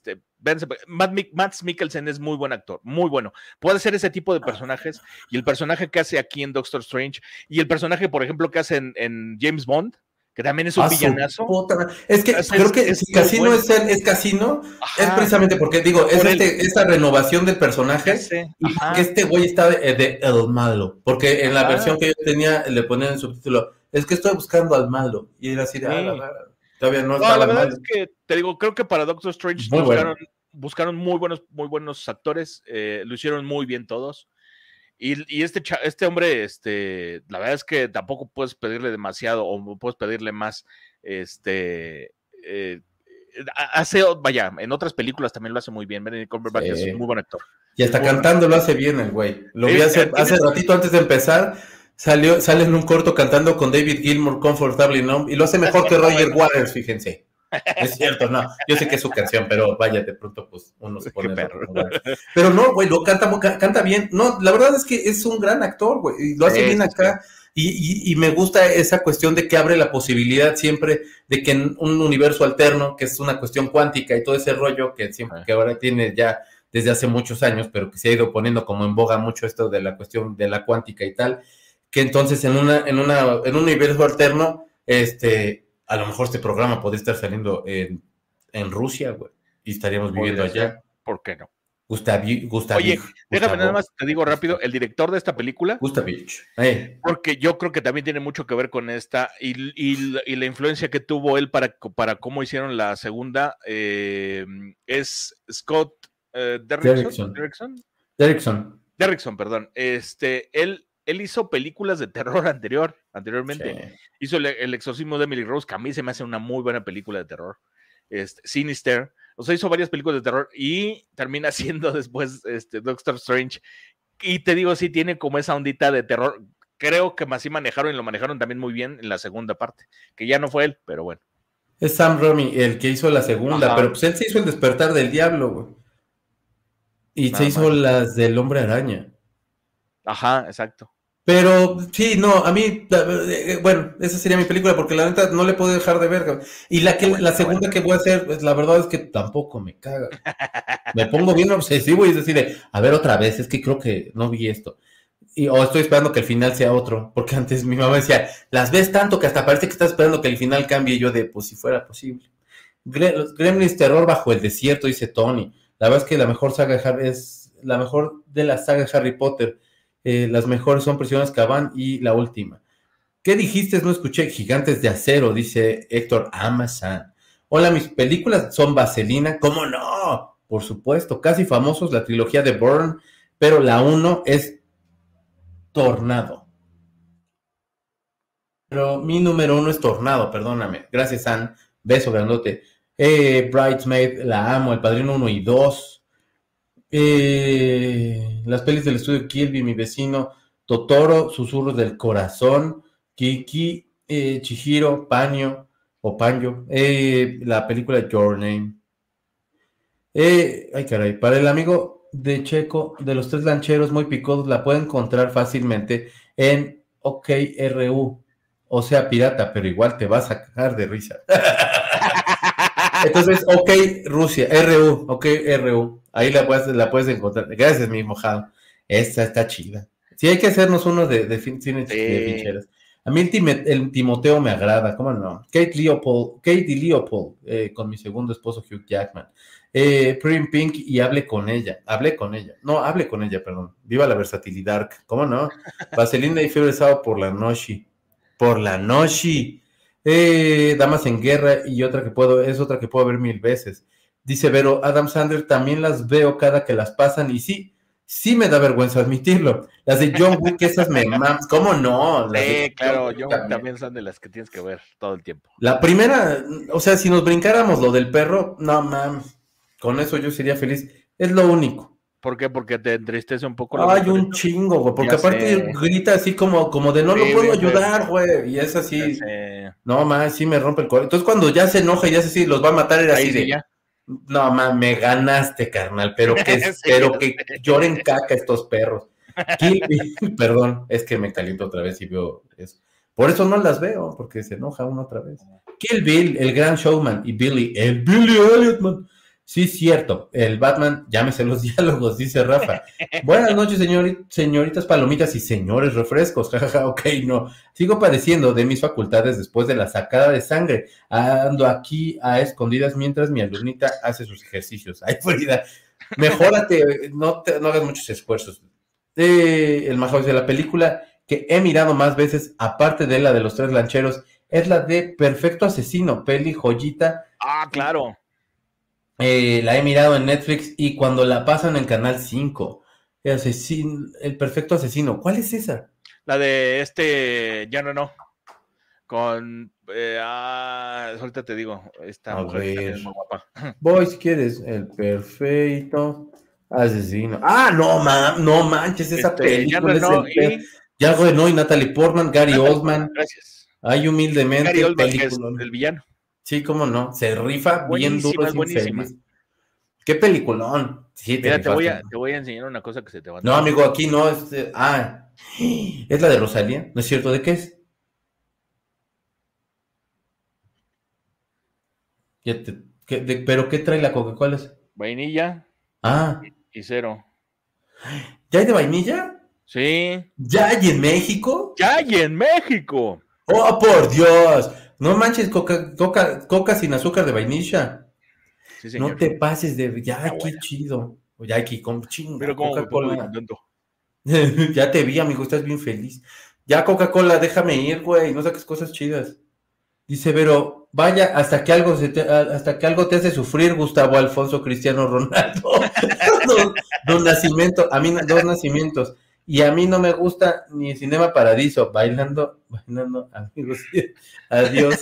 Mads Mikkelsen es muy buen actor, muy bueno. Puede hacer ese tipo de personajes, y el personaje que hace aquí en Doctor Strange, y el personaje, por ejemplo, que hace en James Bond, que también es un villanazo. Es que creo que si Casino es Casino, es precisamente porque, digo, es esta renovación del personaje, y porque este güey está de el malo, porque en la versión que yo tenía le ponían el subtítulo, es que estoy buscando al malo, y era así de, todavía no estaba la verdad mal. Es que, te digo, creo que para Doctor Strange buscaron muy buenos actores, lo hicieron muy bien todos, y este hombre, la verdad es que tampoco puedes pedirle demasiado, o puedes pedirle más, vaya, en otras películas también lo hace muy bien, Benedict Cumberbatch es un muy buen actor. Y hasta cantando lo hace bien el güey, lo vi hace ratito antes de empezar, sale en un corto cantando con David Gilmour, Comfortably Numb, y lo hace mejor que Roger Waters, fíjense. Es cierto, no, yo sé que es su canción, pero vaya, de pronto pues uno se pone pero no, güey, lo canta bien. No, la verdad es que es un gran actor, güey, y lo hace bien acá. Y me gusta esa cuestión de que abre la posibilidad siempre de que en un universo alterno, que es una cuestión cuántica y todo ese rollo que siempre que ahora tiene ya desde hace muchos años, pero que se ha ido poniendo como en boga mucho esto de la cuestión de la cuántica y tal, que entonces en un universo alterno, a lo mejor este programa podría estar saliendo en Rusia, güey, y estaríamos viviendo allá. ¿Por qué no? Oye, déjame nada más, te digo rápido, el director de esta película, Gustavich, porque yo creo que también tiene mucho que ver con esta, y la influencia que tuvo él para cómo hicieron la segunda, es Scott Derrickson, perdón. Él hizo películas de terror anteriormente. Sí. Hizo el exorcismo de Emily Rose, que a mí se me hace una muy buena película de terror. Sinister. O sea, hizo varias películas de terror y termina siendo después Doctor Strange. Y te digo, sí tiene como esa ondita de terror. Creo que así manejaron, y lo manejaron también muy bien en la segunda parte, que ya no fue él, pero bueno. Es Sam Raimi el que hizo la segunda, pero pues él se hizo El Despertar del Diablo, güey. Y se hizo las del Hombre Araña. Ajá, exacto. Pero sí, no, a mí, bueno, esa sería mi película, porque la neta no le puedo dejar de ver. Y la segunda que voy a hacer, pues, la verdad es que tampoco me caga. Me pongo bien obsesivo y es decir, a ver otra vez, es que creo que no vi esto. O estoy esperando que el final sea otro, porque antes mi mamá decía, las ves tanto que hasta parece que estás esperando que el final cambie, y yo pues si fuera posible. Los Gremlins Terror bajo el desierto, dice Tony. La verdad es que la mejor saga es la mejor de la saga de Harry Potter. Las mejores son Prisioneros de Azkaban y la última. ¿Qué dijiste? No escuché. Gigantes de Acero, dice Héctor Amazon. Hola, mis películas son Vaselina. ¿Cómo no? Por supuesto. Casi famosos, la trilogía de Bourne, pero la 1 es Tornado. Pero mi número 1 es Tornado, perdóname. Gracias, Ann. Beso grandote. Bridesmaid, la amo. El Padrino 1 y 2. Las pelis del estudio Kilby, Mi Vecino, Totoro, Susurros del Corazón, Kiki, Chihiro, Panyo, o Panyo, la película Your Name. Ay, caray, para el amigo de Checo, de los tres lancheros muy picosos, la puede encontrar fácilmente en OKRU, o sea, pirata, pero igual te vas a cagar de risa. Entonces, OK Rusia, RU, OK RU, ahí la puedes encontrar. Gracias, mi mojado. Esta está chida. Sí, hay que hacernos uno de cine de ficheras. A mí el Timoteo me agrada, ¿cómo no? Katie Leopold, con mi segundo esposo Hugh Jackman. Prim Pink y hablé con ella, perdón. Viva la versatilidad, ¿cómo no? Vaselina y Fiebre Sábado por la noche. Damas en Guerra y otra que puedo ver 1000 veces. Dice Vero, Adam Sandler también las veo cada que las pasan y sí me da vergüenza admitirlo. Las de John Wick, esas me maman. ¿Cómo no? Claro, John Wick también son de las que tienes que ver todo el tiempo. La primera, o sea, si nos brincáramos lo del perro, no mames, con eso yo sería feliz. Es lo único. ¿Por qué? Porque te entristece un poco. Ay, un chingo, güey, porque aparte grita así como de no lo puedo ayudar, güey, y es así. No, mames, sí me rompe el corazón. Entonces cuando ya se enoja y ya así los va a matar, era así de... Ya. No, man, me ganaste, carnal, pero que lloren caca estos perros. Perdón, es que me caliento otra vez y veo eso. Por eso no las veo, porque se enoja uno otra vez. Kill Bill, el gran showman, y Billy Elliot, man. Sí, cierto, el Batman, llámese los diálogos, dice Rafa. Buenas noches, señoritas palomitas y señores refrescos. Jajaja, ok, no. Sigo padeciendo de mis facultades después de la sacada de sangre. Ando aquí a escondidas mientras mi alumnita hace sus ejercicios. Ay, Frida, mejórate, no hagas muchos esfuerzos. El mejor de la película que he mirado más veces, aparte de la de los tres lancheros, es la de Perfecto Asesino, peli joyita. Ah, claro. La he mirado en Netflix y cuando la pasan en Canal 5, el Perfecto Asesino, ¿cuál es esa? La de ya no. Con, ahorita te digo, esta mujer es muy guapa. Voy si quieres, el Perfecto Asesino. Ah, no manches, esa película Jean Reno y Natalie Portman, Gary Oldman. Gracias. Ay, humildemente. Gary Oldman, que es el villano. Sí, cómo no, se rifa bien duro. Es buenísima. Qué peliculón. Sí, mira, te voy a enseñar una cosa que se te va a... No, amigo, aquí no es... es la de Rosalía, ¿no es cierto? ¿De qué es? ¿Pero qué trae la Coca-Cola? Vainilla. Y cero. ¿Ya hay de vainilla? Sí. ¿Ya hay en México? ¡Ya hay en México! ¡Oh, por Dios! No manches, coca sin azúcar de vainilla. Sí, señor. No te pases de... Ya, qué chido. Ya aquí con chingo. Pero como Coca-Cola. Ya te vi, amigo, estás bien feliz. Ya, Coca-Cola, déjame ir, güey. No saques cosas chidas. Dice Vero, vaya, hasta que algo te hace sufrir, Gustavo Alfonso Cristiano Ronaldo. Don Nacimiento, a mí dos nacimientos. Y a mí no me gusta ni Cinema Paradiso, bailando, amigos. Adiós.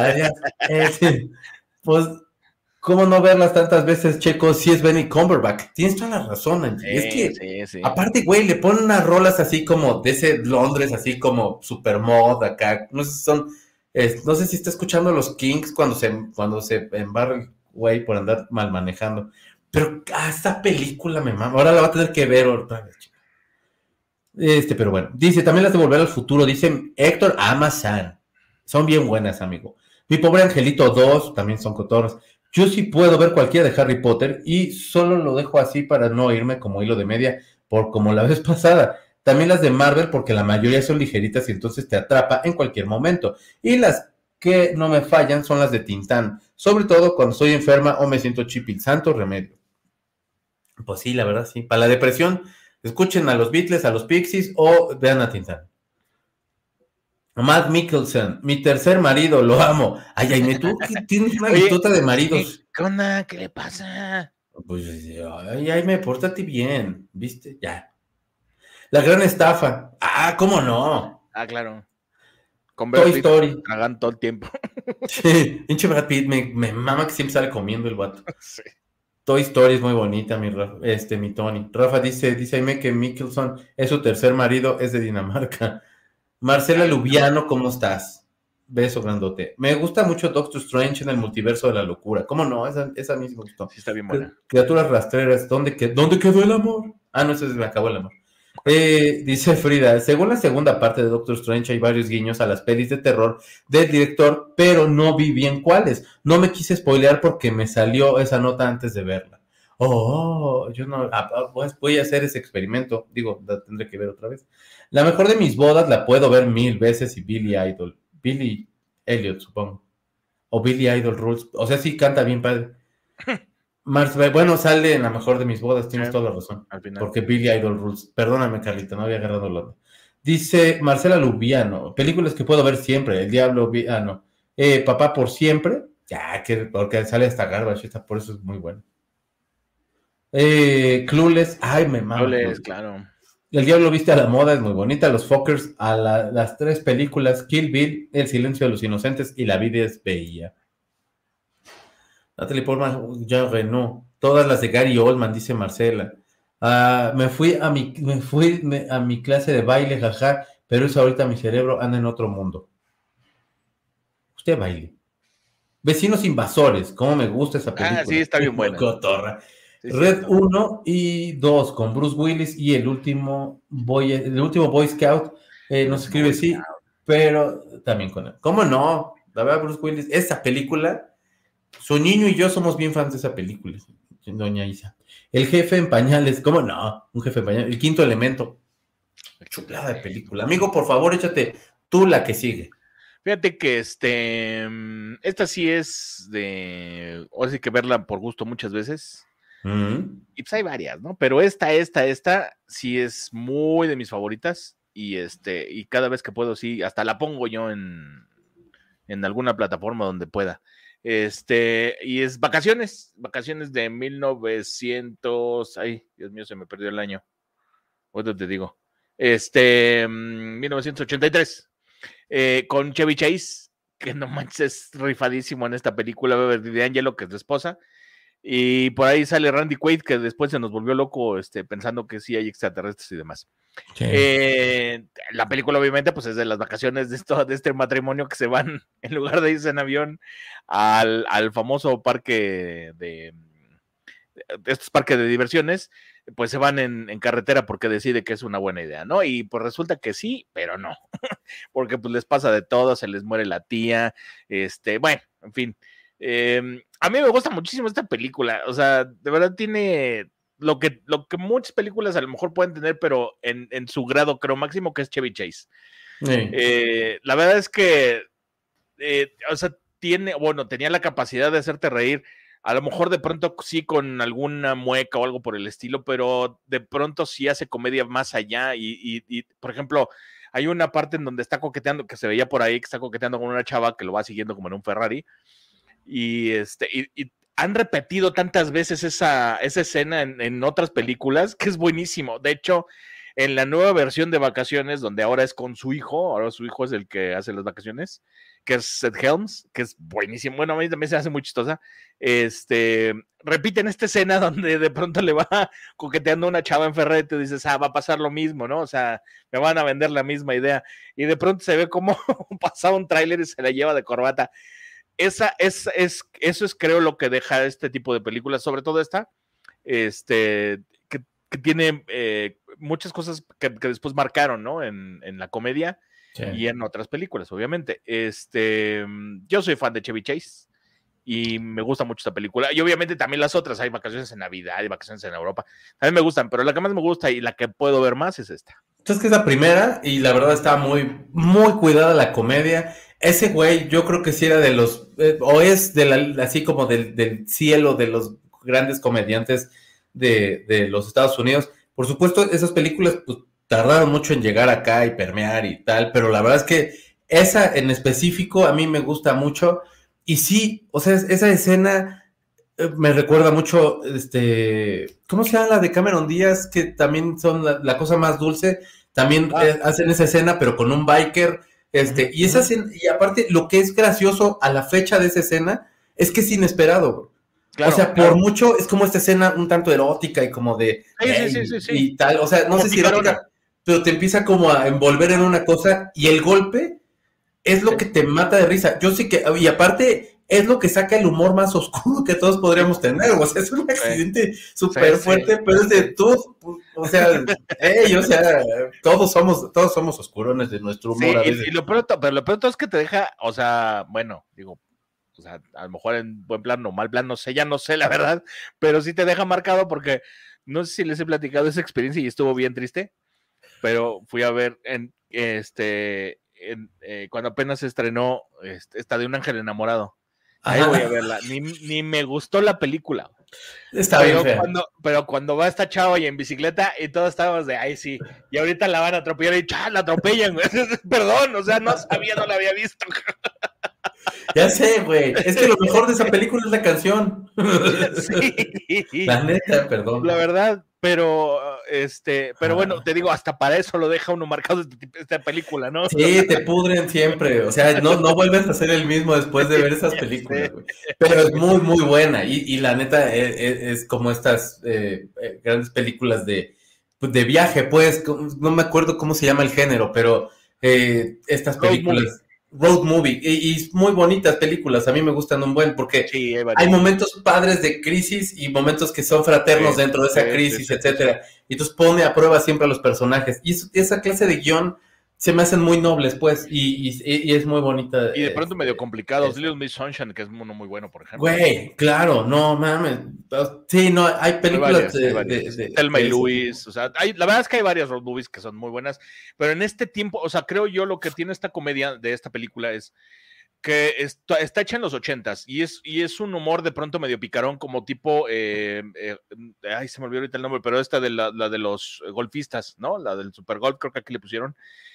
Pues, ¿cómo no verlas tantas veces, Checo? Si es Benny Cumberbatch. Tienes toda la razón, Angie. Es que, sí. Aparte, güey, le ponen unas rolas así como de ese Londres, así como super mod acá. No sé si son, no sé si está escuchando los Kings cuando se embarra el güey por andar mal manejando. Pero esta película me mama. Ahora la va a tener que ver otra vez. Pero bueno, dice, también las de Volver al Futuro, dice Héctor Amazan. Son bien buenas, amigo. Mi Pobre Angelito 2, también son cotorros. Yo sí puedo ver cualquiera de Harry Potter y solo lo dejo así para no irme como hilo de media, como la vez pasada. También las de Marvel, porque la mayoría son ligeritas y entonces te atrapa en cualquier momento. Y las que no me fallan son las de Tintán, sobre todo cuando estoy enferma o me siento chipil, santo remedio. Pues sí, la verdad sí. Para la depresión, escuchen a los Beatles, a los Pixies o vean a Tintán. Matt Mikkelsen, mi tercer marido, lo amo. Ay, Jaime, tú tienes una listota de maridos. ¿Qué onda? ¿Qué le pasa? Pues, ay, Jaime, pórtate bien, ¿viste? Ya. La Gran Estafa. Ah, ¿cómo no? Ah, claro. Con Toy Story. Tragan todo el tiempo. Sí, pinche Brad Pitt, me mama que siempre sale comiendo el vato. Sí. Toy Story es muy bonita, mi Tony. Rafa dice Aime que Mikkelson es su tercer marido, es de Dinamarca. Marcela Lubiano, ¿cómo estás? Beso grandote. Me gusta mucho Doctor Strange en el multiverso de la locura. ¿Cómo no? Esa a mí me gustó. Sí, está bien buena. Criaturas rastreras, ¿dónde quedó el amor? Ah, no, ese se me acabó el amor. Dice Frida, según la segunda parte de Doctor Strange hay varios guiños a las pelis de terror del director, pero no vi bien cuáles. No me quise spoilear porque me salió esa nota antes de verla. Yo no, pues voy a hacer ese experimento. Digo, la tendré que ver otra vez. La mejor de mis bodas la puedo ver 1000 veces y Billy Elliot, supongo. O Billy Idol Rules. O sea, sí canta bien padre. Bueno, sale en la mejor de mis bodas, tienes toda la razón. Porque Billy Idol Rules. Perdóname, Carlita, no había agarrado la onda. Dice Marcela Lubiano, películas que puedo ver siempre. El Diablo, Papá por siempre. Ya, porque sale hasta Garbage, por eso es muy bueno. Clueless, ay, me mama. Clueless, claro. El Diablo viste a la moda, es muy bonita. Los Fockers, las 3 películas, Kill Bill, El silencio de los inocentes y La vida es bella. Natalie Portman, Jean Reno, todas las de Gary Oldman, dice Marcela. Me fui a mi clase de baile, jaja, pero eso ahorita mi cerebro anda en otro mundo. Usted baile. Vecinos invasores, cómo me gusta esa película. Sí, está bien buena. Cotorra. Sí, Red 1 y 2 con Bruce Willis y el último Boy Scout, no se escribe así, pero también con él. ¿Cómo no? La verdad, Bruce Willis, esa película, su niño y yo somos bien fans de esa película, doña Isa. El jefe en pañales, ¿cómo no? Un jefe en pañales. El quinto elemento. Chulada de película. Amigo, por favor, échate tú la que sigue. Fíjate que esta sí es de, o sí que verla por gusto muchas veces. Y pues hay varias, ¿no? Pero esta sí es muy de mis favoritas y cada vez que puedo, sí, hasta la pongo yo en alguna plataforma donde pueda. Y es Vacaciones de 1900, ay, Dios mío, se me perdió el año. Ahorita te digo. 1983, con Chevy Chase, que no manches, es rifadísimo en esta película, Beverly D'Angelo, que es su esposa. Y por ahí sale Randy Quaid, que después se nos volvió loco pensando que sí hay extraterrestres y demás. Sí. La película obviamente pues es de las vacaciones de este matrimonio que se van, en lugar de irse en avión al famoso parque de estos parques de diversiones, pues se van en carretera porque decide que es una buena idea, ¿no? Y pues resulta que sí, pero no, porque pues les pasa de todo, se les muere la tía, bueno, en fin. A mí me gusta muchísimo esta película, o sea, de verdad tiene lo que muchas películas a lo mejor pueden tener, pero en su grado creo máximo, que es Chevy Chase. Sí. La verdad es que, o sea, tenía la capacidad de hacerte reír, a lo mejor de pronto sí con alguna mueca o algo por el estilo, pero de pronto sí hace comedia más allá y por ejemplo, hay una parte en donde está coqueteando, que se veía por ahí, que está coqueteando con una chava que lo va siguiendo como en un Ferrari. Y han repetido tantas veces esa escena en otras películas que es buenísimo. De hecho, en la nueva versión de Vacaciones, donde ahora es con su hijo, ahora su hijo es el que hace las vacaciones, que es Seth Helms, que es buenísimo. Bueno, a mí también se hace muy chistosa. Repiten esta escena donde de pronto le va coqueteando una chava en Ferrari y te dices, va a pasar lo mismo, ¿no? O sea, me van a vender la misma idea. Y de pronto se ve como pasa un tráiler y se la lleva de corbata. Eso es creo lo que deja este tipo de películas, sobre todo esta, que tiene muchas cosas que después marcaron, ¿no? En la comedia, sí, y en otras películas, obviamente. Yo soy fan de Chevy Chase y me gusta mucho esta película. Y obviamente también las otras, hay Vacaciones en Navidad y Vacaciones en Europa. También me gustan, pero la que más me gusta y la que puedo ver más es esta. Entonces, que es la primera y la verdad está muy, muy cuidada la comedia. Ese güey, yo creo que sí era de los, o es así como del cielo de los grandes comediantes de los Estados Unidos. Por supuesto, esas películas pues, tardaron mucho en llegar acá y permear y tal, pero la verdad es que esa en específico a mí me gusta mucho. Y sí, o sea, esa escena me recuerda mucho, ¿cómo se llama la de Cameron Díaz? Que también son la cosa más dulce. También hacen esa escena, pero con un biker. Y esa escena, y aparte, lo que es gracioso a la fecha de esa escena es que es inesperado. Claro, o sea, por mucho es como esta escena un tanto erótica y como de sí. Y tal, o sea, no como sé si erótica, pero te empieza como a envolver en una cosa y el golpe es lo que te mata de risa. Yo sé que, y aparte es lo que saca el humor más oscuro que todos podríamos tener, o sea, es un accidente súper fuerte, pero es de tú, o sea, todos somos oscurones de nuestro humor a veces. Y lo peor es que te deja, o sea, bueno, digo, o sea, a lo mejor en buen plan o mal plan, no sé, ya no sé la verdad, pero sí te deja marcado porque no sé si les he platicado esa experiencia y estuvo bien triste, pero fui a ver cuando apenas se estrenó esta de Un Ángel Enamorado. Ahí voy a verla. Ni me gustó la película. Está bien fea. Pero cuando va esta chava y en bicicleta y todos estábamos de, ay, sí, y ahorita la van a atropellar y la atropellan, güey. Perdón, o sea, no sabía, no la había visto. Ya sé, güey. Es que lo mejor de esa película es la canción. Sí. La neta, perdón. La verdad, pero bueno, te digo, hasta para eso lo deja uno marcado esta película, ¿no? Sí, te pudren siempre. O sea, no vuelves a ser el mismo después de ver esas películas, güey. Pero es muy, muy buena. Y la neta es como estas grandes películas de viaje, pues. No me acuerdo cómo se llama el género, pero estas películas. Road movie, y muy bonitas películas, a mí me gustan un buen, porque hay momentos padres de crisis y momentos que son fraternos dentro de esa crisis, etcétera, y entonces pone a prueba siempre a los personajes, y esa clase de guión se me hacen muy nobles, pues, y es muy bonita. Y de pronto medio complicados, Little Miss Sunshine, que es uno muy bueno, por ejemplo. Güey, claro, no mames. Sí, no, hay películas de Thelma y Louise, o sea, la verdad es que hay varias road movies que son muy buenas, pero en este tiempo, o sea, creo yo lo que tiene esta comedia de esta película es que está hecha en los 80s y es un humor de pronto medio picarón, como tipo, ay, se me olvidó ahorita el nombre, pero esta de la de los golfistas, ¿no? La del Super Golf, creo que aquí le pusieron.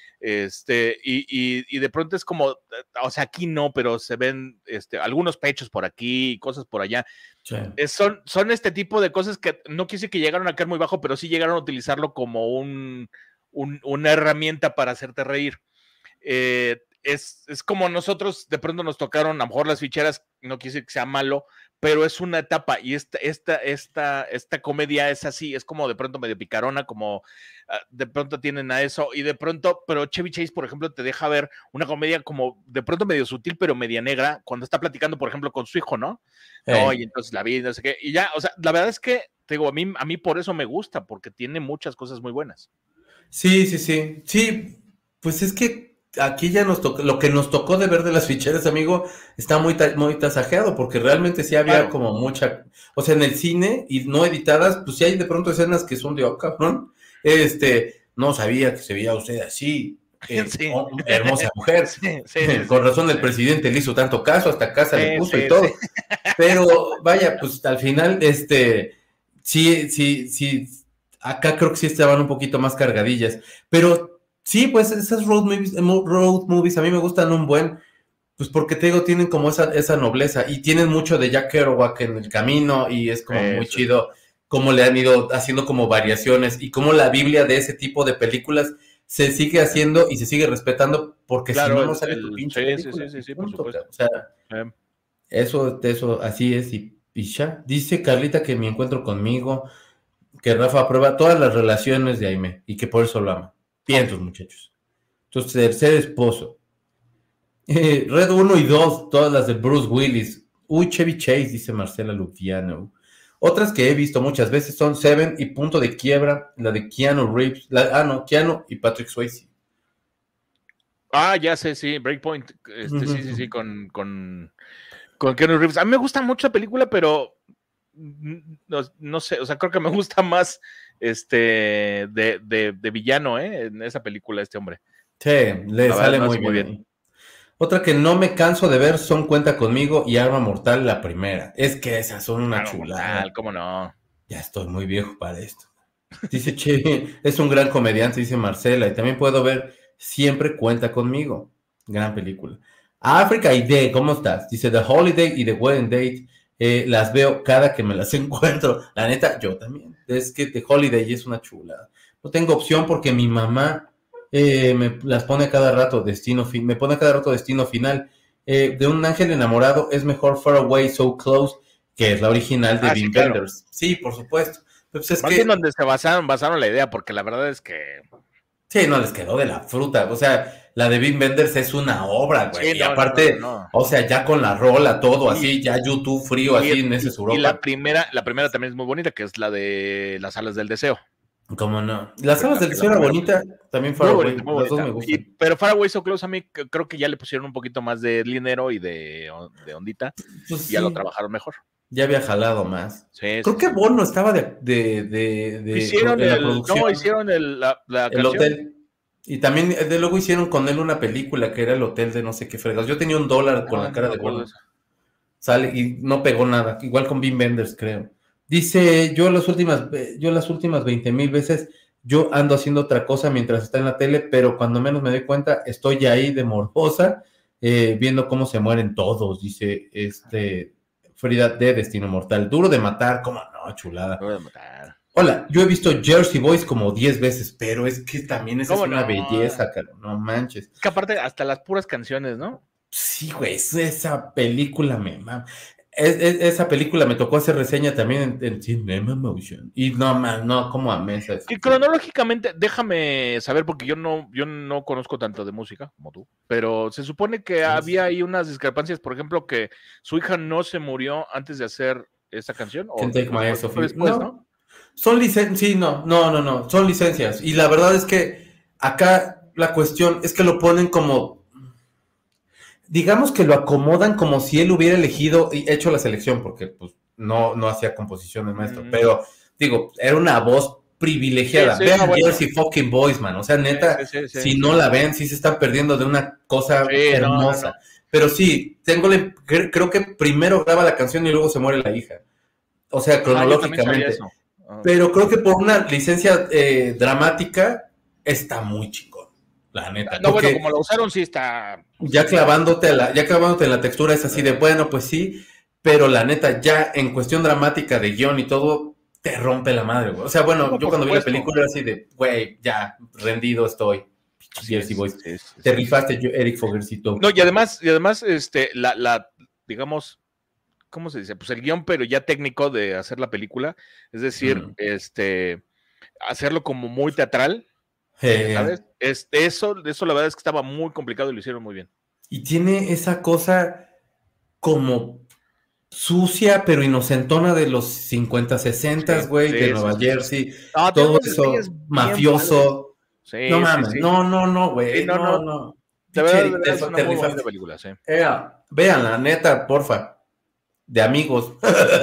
Y de pronto es como, o sea, aquí no, pero se ven algunos pechos por aquí, cosas por allá. Sí. Son este tipo de cosas que no quise que llegaron a caer muy bajo, pero sí llegaron a utilizarlo como una herramienta para hacerte reír. Es como nosotros de pronto nos tocaron, a lo mejor las ficheras, no quiere decir que sea malo, pero es una etapa y esta comedia es así, es como de pronto medio picarona, como de pronto tienen a eso y de pronto, pero Chevy Chase, por ejemplo, te deja ver una comedia como de pronto medio sutil, pero media negra, cuando está platicando, por ejemplo, con su hijo, ¿no? No, y entonces la vi, no sé qué, y ya, o sea, la verdad es que, te digo, a mí por eso me gusta, porque tiene muchas cosas muy buenas. Sí, pues es que aquí ya nos tocó, lo que nos tocó de ver de las ficheras, amigo, está muy tasajeado, porque realmente sí había como mucha, o sea, en el cine y no editadas, pues sí hay de pronto escenas que son de, oh, cabrón, no sabía que se veía usted así, hermosa mujer, con razón el presidente le hizo tanto caso, hasta casa le puso y todo, pero vaya, pues al final, sí, acá creo que sí estaban un poquito más cargadillas, pero sí, pues esas road movies a mí me gustan un buen, pues porque te digo, tienen como esa nobleza y tienen mucho de Jack Kerouac en el camino y es como muy chido cómo le han ido haciendo como variaciones y cómo la Biblia de ese tipo de películas se sigue haciendo y se sigue respetando porque si no, no sale tu pinche película. Sí, por supuesto. O sea, eso así es y ya. Dice Carlita que mi encuentro conmigo, que Rafa aprueba todas las relaciones de Aimee y que por eso lo ama. Piensos, muchachos. Entonces, tercer esposo. Red 1 y 2, todas las de Bruce Willis. Uy, Chevy Chase, dice Marcela Luciano. Otras que he visto muchas veces son Seven y Punto de Quiebra, la de Keanu Reeves. Keanu y Patrick Swayze. Ya sé, sí, Breakpoint. Sí, con Keanu Reeves. A mí me gusta mucho la película, pero no sé, o sea, creo que me gusta más de villano, en esa película, este hombre. Sí, le sale muy bien. Otra que no me canso de ver son Cuenta Conmigo y Arma Mortal, la primera. Es que esas son una chulada. Mortal, ¿cómo no? Ya estoy muy viejo para esto. Dice Che, es un gran comediante, dice Marcela, y también puedo ver Siempre Cuenta Conmigo. Gran película. África y D, ¿cómo estás? Dice The Holiday y The Wedding Date. Las veo cada que me las encuentro. La neta, yo también. Es que The Holiday es una chulada. No tengo opción porque mi mamá me las pone a cada rato. Me pone a cada rato Destino Final. De Un Ángel Enamorado es mejor Far Away, So Close. que es la original de Wim Wenders. Sí, por supuesto. Pues es que donde se basaron la idea, porque la verdad es que... Sí, no, les quedó de la fruta. O sea, la de Wim Wenders es una obra, güey. Sí, y aparte, o sea, ya con la rola, todo así, ya YouTube frío, así en ese Europa. Y la primera también es muy bonita, que es la de Las Alas del Deseo. ¿Cómo no? Las Alas del Deseo era bonita, también Faraway, las dos me gustan. Pero Faraway So Close a mí creo que ya le pusieron un poquito más de dinero y de ondita, pues y ya lo trabajaron mejor. Ya había jalado más. Sí, creo que Bono estaba hicieron la producción. No, hicieron la el hotel. Y también luego hicieron con él una película que era el hotel de no sé qué fregas. Yo tenía $1 con la cara de Bono. Sale y no pegó nada. Igual con Wim Wenders, creo. Dice, yo las últimas 20,000 veces, yo ando haciendo otra cosa mientras está en la tele, pero cuando menos me doy cuenta, estoy ahí de morbosa, viendo cómo se mueren todos, dice Frida de Destino Mortal. Duro de matar, cómo no, chulada. Duro de matar. Hola, yo he visto Jersey Boys como 10 veces, pero es que también esa es una belleza, cara, no manches. Es que aparte, hasta las puras canciones, ¿no? Sí, güey, esa película esa película me tocó hacer reseña también en Cinema Motion. Y no, como amé esa. Y cronológicamente, déjame saber, porque yo no conozco tanto de música como tú, pero se supone que había ahí unas discrepancias, por ejemplo, que su hija no se murió antes de hacer esa canción. Can't Take My Eyes Off You. ¿No? Son licencias, sí, no, son licencias. Y la verdad es que acá la cuestión es que lo ponen como... Digamos que lo acomodan como si él hubiera elegido y hecho la selección, porque pues no hacía composiciones, maestro, pero digo, era una voz privilegiada. Vean Jersey fucking Boys, man, o sea, neta, si no la ven, sí se están perdiendo de una cosa hermosa. No. Pero sí, creo que primero graba la canción y luego se muere la hija. O sea, cronológicamente. Pero creo que por una licencia dramática está muy chingón. La neta. No, bueno, como lo usaron, sí está. Ya clavándote en la textura es así de bueno, pues sí, pero la neta, ya en cuestión dramática de guión y todo, te rompe la madre, güey. O sea, bueno, yo cuando vi la película era así de, güey, ya, rendido estoy. Jersey Boys. Te rifaste, Eric Fogercito. No, y además, digamos, ¿cómo se dice? Pues el guión, pero ya técnico de hacer la película, es decir, hacerlo como muy teatral. ¿Sabes? Eso la verdad es que estaba muy complicado y lo hicieron muy bien. Y tiene esa cosa como sucia, pero inocentona de los 50, 60, güey, de Nueva Jersey. No, todo eso mafioso. Sí, no mames, no, güey. No. De verdad es una muy buena película, sí. Vean, la neta, porfa. De amigos.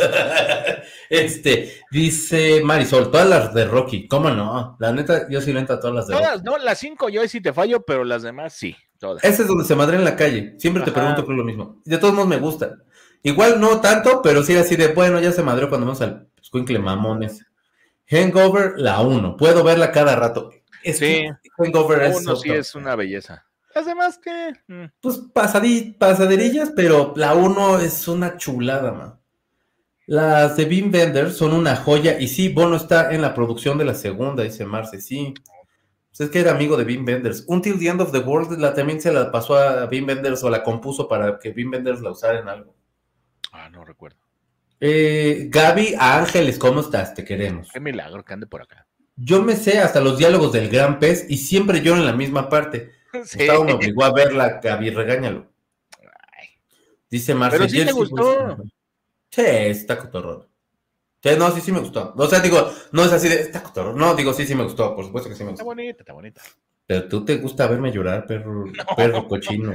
Dice Marisol, todas las de Rocky, ¿cómo no? La neta, yo sí le entro a todas las de Rocky. No, las 5 yo sí te fallo, pero las demás sí, todas. Ese es donde se madre en la calle, siempre te pregunto por lo mismo. De todos modos me gusta. Igual no tanto, pero sí así de, bueno, ya se madreó cuando vamos al Squinkle Mamones. Hangover, la 1, puedo verla cada rato. Sí, Hangover es uno sí es una belleza. Las demás que... Pues pasaderillas, pero la 1 es una chulada, man. Las de Wim Wenders son una joya, y sí, Bono está en la producción de la segunda, dice Marce, sí. Pues es que era amigo de Wim Wenders. Until the End of the World también se la pasó a Wim Wenders, o la compuso para que Wim Wenders la usara en algo. No recuerdo. Gaby, Ángeles, ¿cómo estás? Te queremos. Qué milagro que ande por acá. Yo me sé hasta los diálogos del Gran Pez, y siempre lloro en la misma parte. Sí. Gustavo me obligó a verla, Gaby, regáñalo. Dice Marce. Pero sí te gustó. Sí, está cotorrón. Sí, no, sí me gustó. O sea, digo, no es así de, está cotorrón. No, digo, sí me gustó, por supuesto que sí me gustó. Está bonita. Pero tú te gusta verme llorar, perro, no. Perro cochino.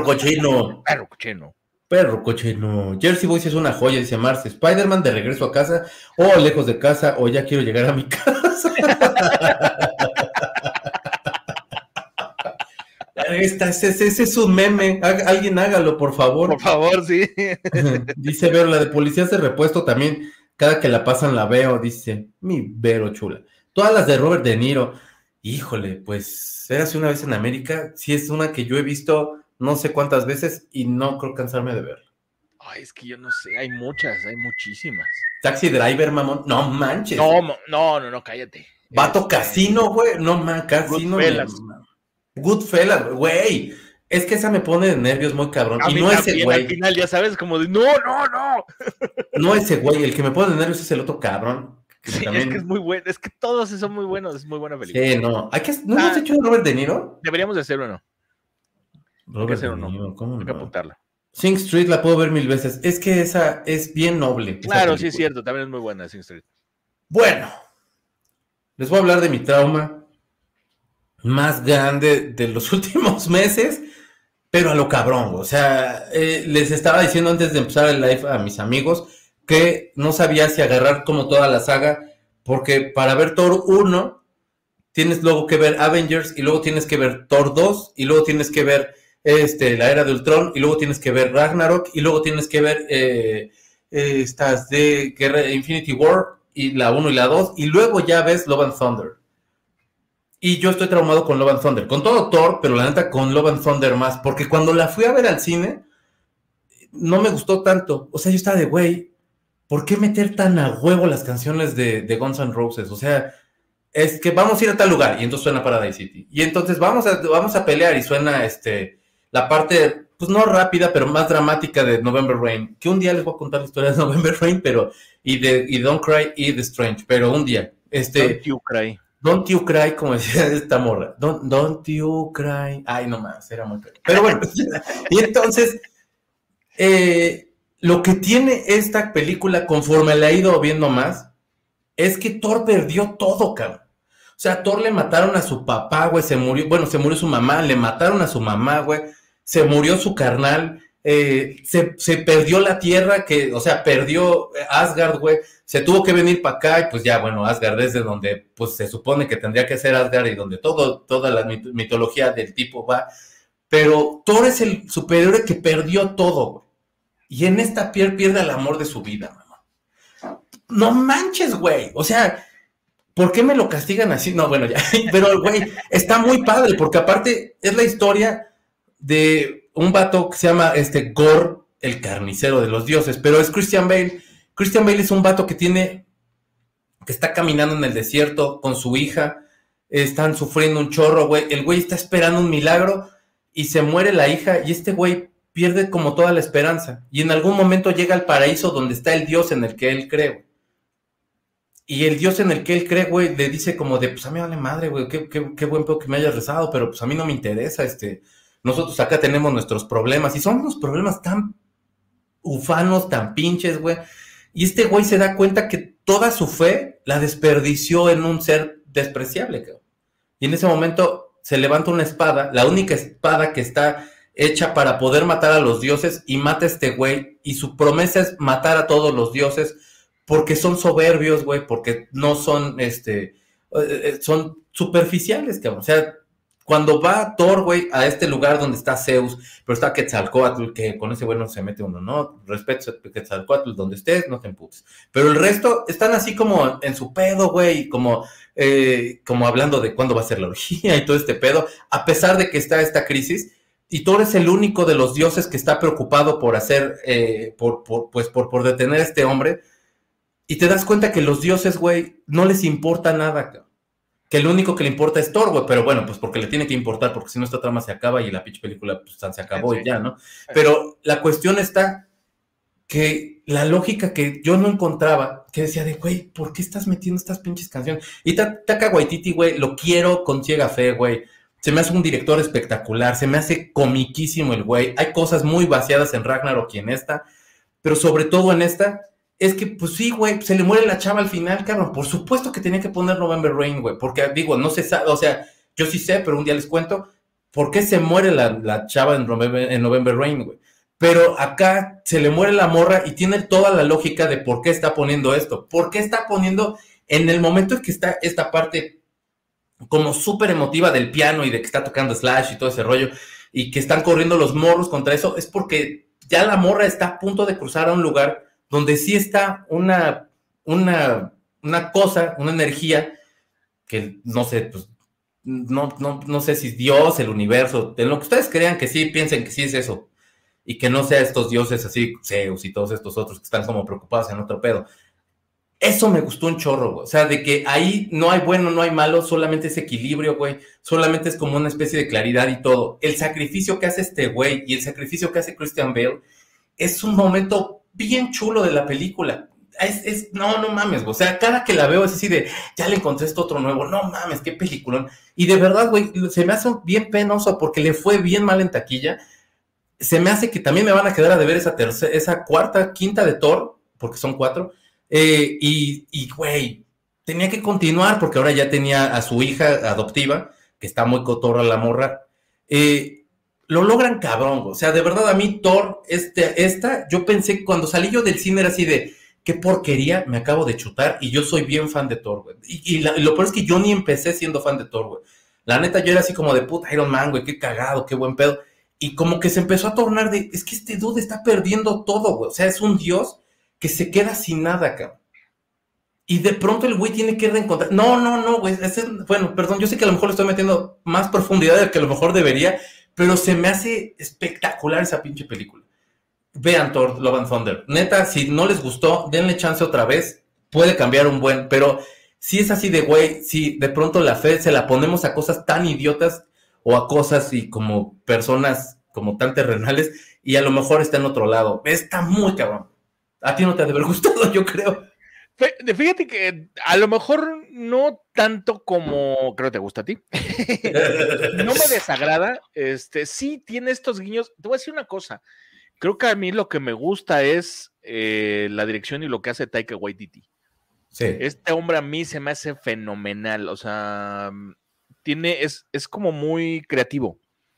Jersey Boys es una joya, dice Marce. Spider-Man de regreso a casa, o lejos de casa, o ya quiero llegar a mi casa. Ese es un meme. Alguien hágalo, por favor. Por favor, sí. Dice Vero, la de Policías de Repuesto también, cada que la pasan la veo, dice, mi Vero chula. Todas las de Robert De Niro, híjole, pues, Érase una vez en América, sí es una que yo he visto no sé cuántas veces y no creo cansarme de verla. Ay, es que yo no sé, hay muchísimas. Taxi Driver, mamón, no manches. No, cállate. Vato Casino, güey, no man, Casino. Goodfellas, güey. Es que esa me pone de nervios muy cabrón. A y mí no también, ese güey. Al final, ya sabes, como de no. No ese güey, el que me pone de nervios es el otro cabrón. Sí, también... Es que es muy bueno, es que todos son muy buenos, es muy buena película. Sí, no. ¿No hemos hecho de Robert De Niro? Deberíamos de hacer uno. Robert De Niro, ¿cómo no? Hay que apuntarla. Sing Street la puedo ver 1000 veces. Es que esa es bien noble. Claro, sí es cierto, también es muy buena Sing Street. Bueno, les voy a hablar de mi trauma más grande de los últimos meses, pero a lo cabrón. O sea, les estaba diciendo antes de empezar el live a mis amigos que no sabía si agarrar como toda la saga, porque para ver Thor 1 tienes luego que ver Avengers y luego tienes que ver Thor 2 y luego tienes que ver la Era de Ultron y luego tienes que ver Ragnarok y luego tienes que ver estas de Guerra Infinity War y la 1 y la 2 y luego ya ves Love and Thunder. Y yo estoy traumado con Love and Thunder, con todo Thor, pero la neta con Love and Thunder más, porque cuando la fui a ver al cine no me gustó tanto. O sea, yo estaba de güey, ¿por qué meter tan a huevo las canciones de Guns N' Roses? O sea, es que vamos a ir a tal lugar y entonces suena Paradise City. Y entonces vamos a pelear y suena la parte, pues no rápida, pero más dramática de November Rain. Que un día les voy a contar la historia de November Rain, y Don't Cry y The Strange, pero un día. Don't You Cry. Don't You Cry, como decía esta morra. Don't You Cry. Ay, no más, era muy feo. Pero bueno, y entonces, lo que tiene esta película, conforme la he ido viendo más, es que Thor perdió todo, cabrón. O sea, a Thor le mataron a su papá, güey, se murió su mamá, le mataron a su mamá, güey, se murió su carnal, se perdió la tierra, perdió Asgard, güey, se tuvo que venir para acá y pues ya, bueno, Asgard es de donde pues se supone que tendría que ser Asgard y donde toda la mitología del tipo va, pero Thor es el superhéroe que perdió todo, güey, y en esta pierde el amor de su vida, mamá. No manches, güey, o sea, ¿por qué me lo castigan así? No, bueno, ya, pero güey, está muy padre, porque aparte es la historia de un vato que se llama Gore, el carnicero de los dioses, pero es Christian Bale. Christian Bale es un vato que está caminando en el desierto con su hija, están sufriendo un chorro, güey, el güey está esperando un milagro y se muere la hija y este güey pierde como toda la esperanza y en algún momento llega al paraíso donde está el dios en el que él cree, güey. Y el dios en el que él cree, güey, le dice como de, pues a mí vale madre, güey, qué buen pedo que me hayas rezado, pero pues a mí no me interesa, nosotros acá tenemos nuestros problemas, y son unos problemas tan ufanos, tan pinches, güey, y este güey se da cuenta que toda su fe la desperdició en un ser despreciable, cabrón. Y en ese momento se levanta una espada, la única espada que está hecha para poder matar a los dioses, y mata a este güey, y su promesa es matar a todos los dioses, porque son soberbios, güey, porque no son, son superficiales, cabrón. O sea, cuando va Thor, güey, a este lugar donde está Zeus, pero está Quetzalcóatl, que con ese güey no se mete uno, ¿no? Respeto a Quetzalcóatl, donde estés, no te emputes. Pero el resto están así como en su pedo, güey, como hablando de cuándo va a ser la orgía y todo este pedo, a pesar de que está esta crisis. Y Thor es el único de los dioses que está preocupado por hacer, por detener a este hombre. Y te das cuenta que los dioses, güey, no les importa nada, cabrón. Que el único que le importa es Thor, güey, pero bueno, pues porque le tiene que importar, porque si no esta trama se acaba y la pinche película pues se acabó y ya, ¿no? Pero la cuestión está que la lógica que yo no encontraba, que decía de, güey, ¿por qué estás metiendo estas pinches canciones? Y Taika Waititi, güey, lo quiero con ciega fe, güey. Se me hace un director espectacular, se me hace comiquísimo el güey. Hay cosas muy vaciadas en Ragnarok y en esta, pero sobre todo en esta, es que, pues sí, güey, se le muere la chava al final, cabrón. Por supuesto que tenía que poner November Rain, güey, porque digo, no se sabe, o sea, yo sí sé, pero un día les cuento por qué se muere la chava en November Rain, güey. Pero acá se le muere la morra y tiene toda la lógica de por qué está poniendo esto. ¿Por qué está poniendo en el momento en que está esta parte como súper emotiva del piano y de que está tocando Slash y todo ese rollo y que están corriendo los morros contra eso? Es porque ya la morra está a punto de cruzar a un lugar donde sí está una cosa, una energía que no sé, pues no sé si Dios, el universo, en lo que ustedes crean que sí, piensen que sí es eso, y que no sea estos dioses así, Zeus y todos estos otros que están como preocupados en otro pedo. Eso me gustó un chorro, güey. O sea, de que ahí no hay bueno, no hay malo, solamente es equilibrio, güey. Solamente es como una especie de claridad y todo. El sacrificio que hace este güey y el sacrificio que hace Christian Bale es un momento bien chulo de la película. No mames, güey. O sea, cada que la veo es así de, ya le encontré esto otro nuevo. No mames, qué peliculón. Y de verdad, güey, se me hace bien penoso porque le fue bien mal en taquilla. Se me hace que también me van a quedar a deber esa cuarta, quinta de Thor, porque son 4. Güey, tenía que continuar porque ahora ya tenía a su hija adoptiva, que está muy cotorra la morra. Lo logran cabrón, o sea, de verdad a mí Thor, yo pensé, cuando salí yo del cine era así de, qué porquería me acabo de chutar, y yo soy bien fan de Thor, güey. Y lo peor es que yo ni empecé siendo fan de Thor, güey. La neta, yo era así como de puta Iron Man, güey, qué cagado, qué buen pedo. Y como que se empezó a tornar de, es que este dude está perdiendo todo, güey. O sea, es un dios que se queda sin nada, cabrón. Y de pronto el güey tiene que reencontrar. No, güey. Bueno, perdón, yo sé que a lo mejor le estoy metiendo más profundidad de lo que a lo mejor debería, pero se me hace espectacular esa pinche película. Vean Thor, Love and Thunder. Neta, si no les gustó, denle chance otra vez. Puede cambiar un buen, pero si es así de güey, si de pronto la fe se la ponemos a cosas tan idiotas o a cosas y como personas como tan terrenales, y a lo mejor está en otro lado. Está muy cabrón. A ti no te ha de haber gustado, yo creo. Fíjate que a lo mejor no tanto como creo que te gusta a ti. No me desagrada. Sí tiene estos guiños. Te voy a decir una cosa. Creo que a mí lo que me gusta es la dirección y lo que hace Taika Waititi. Sí. Este hombre a mí se me hace fenomenal. O sea, es como muy creativo.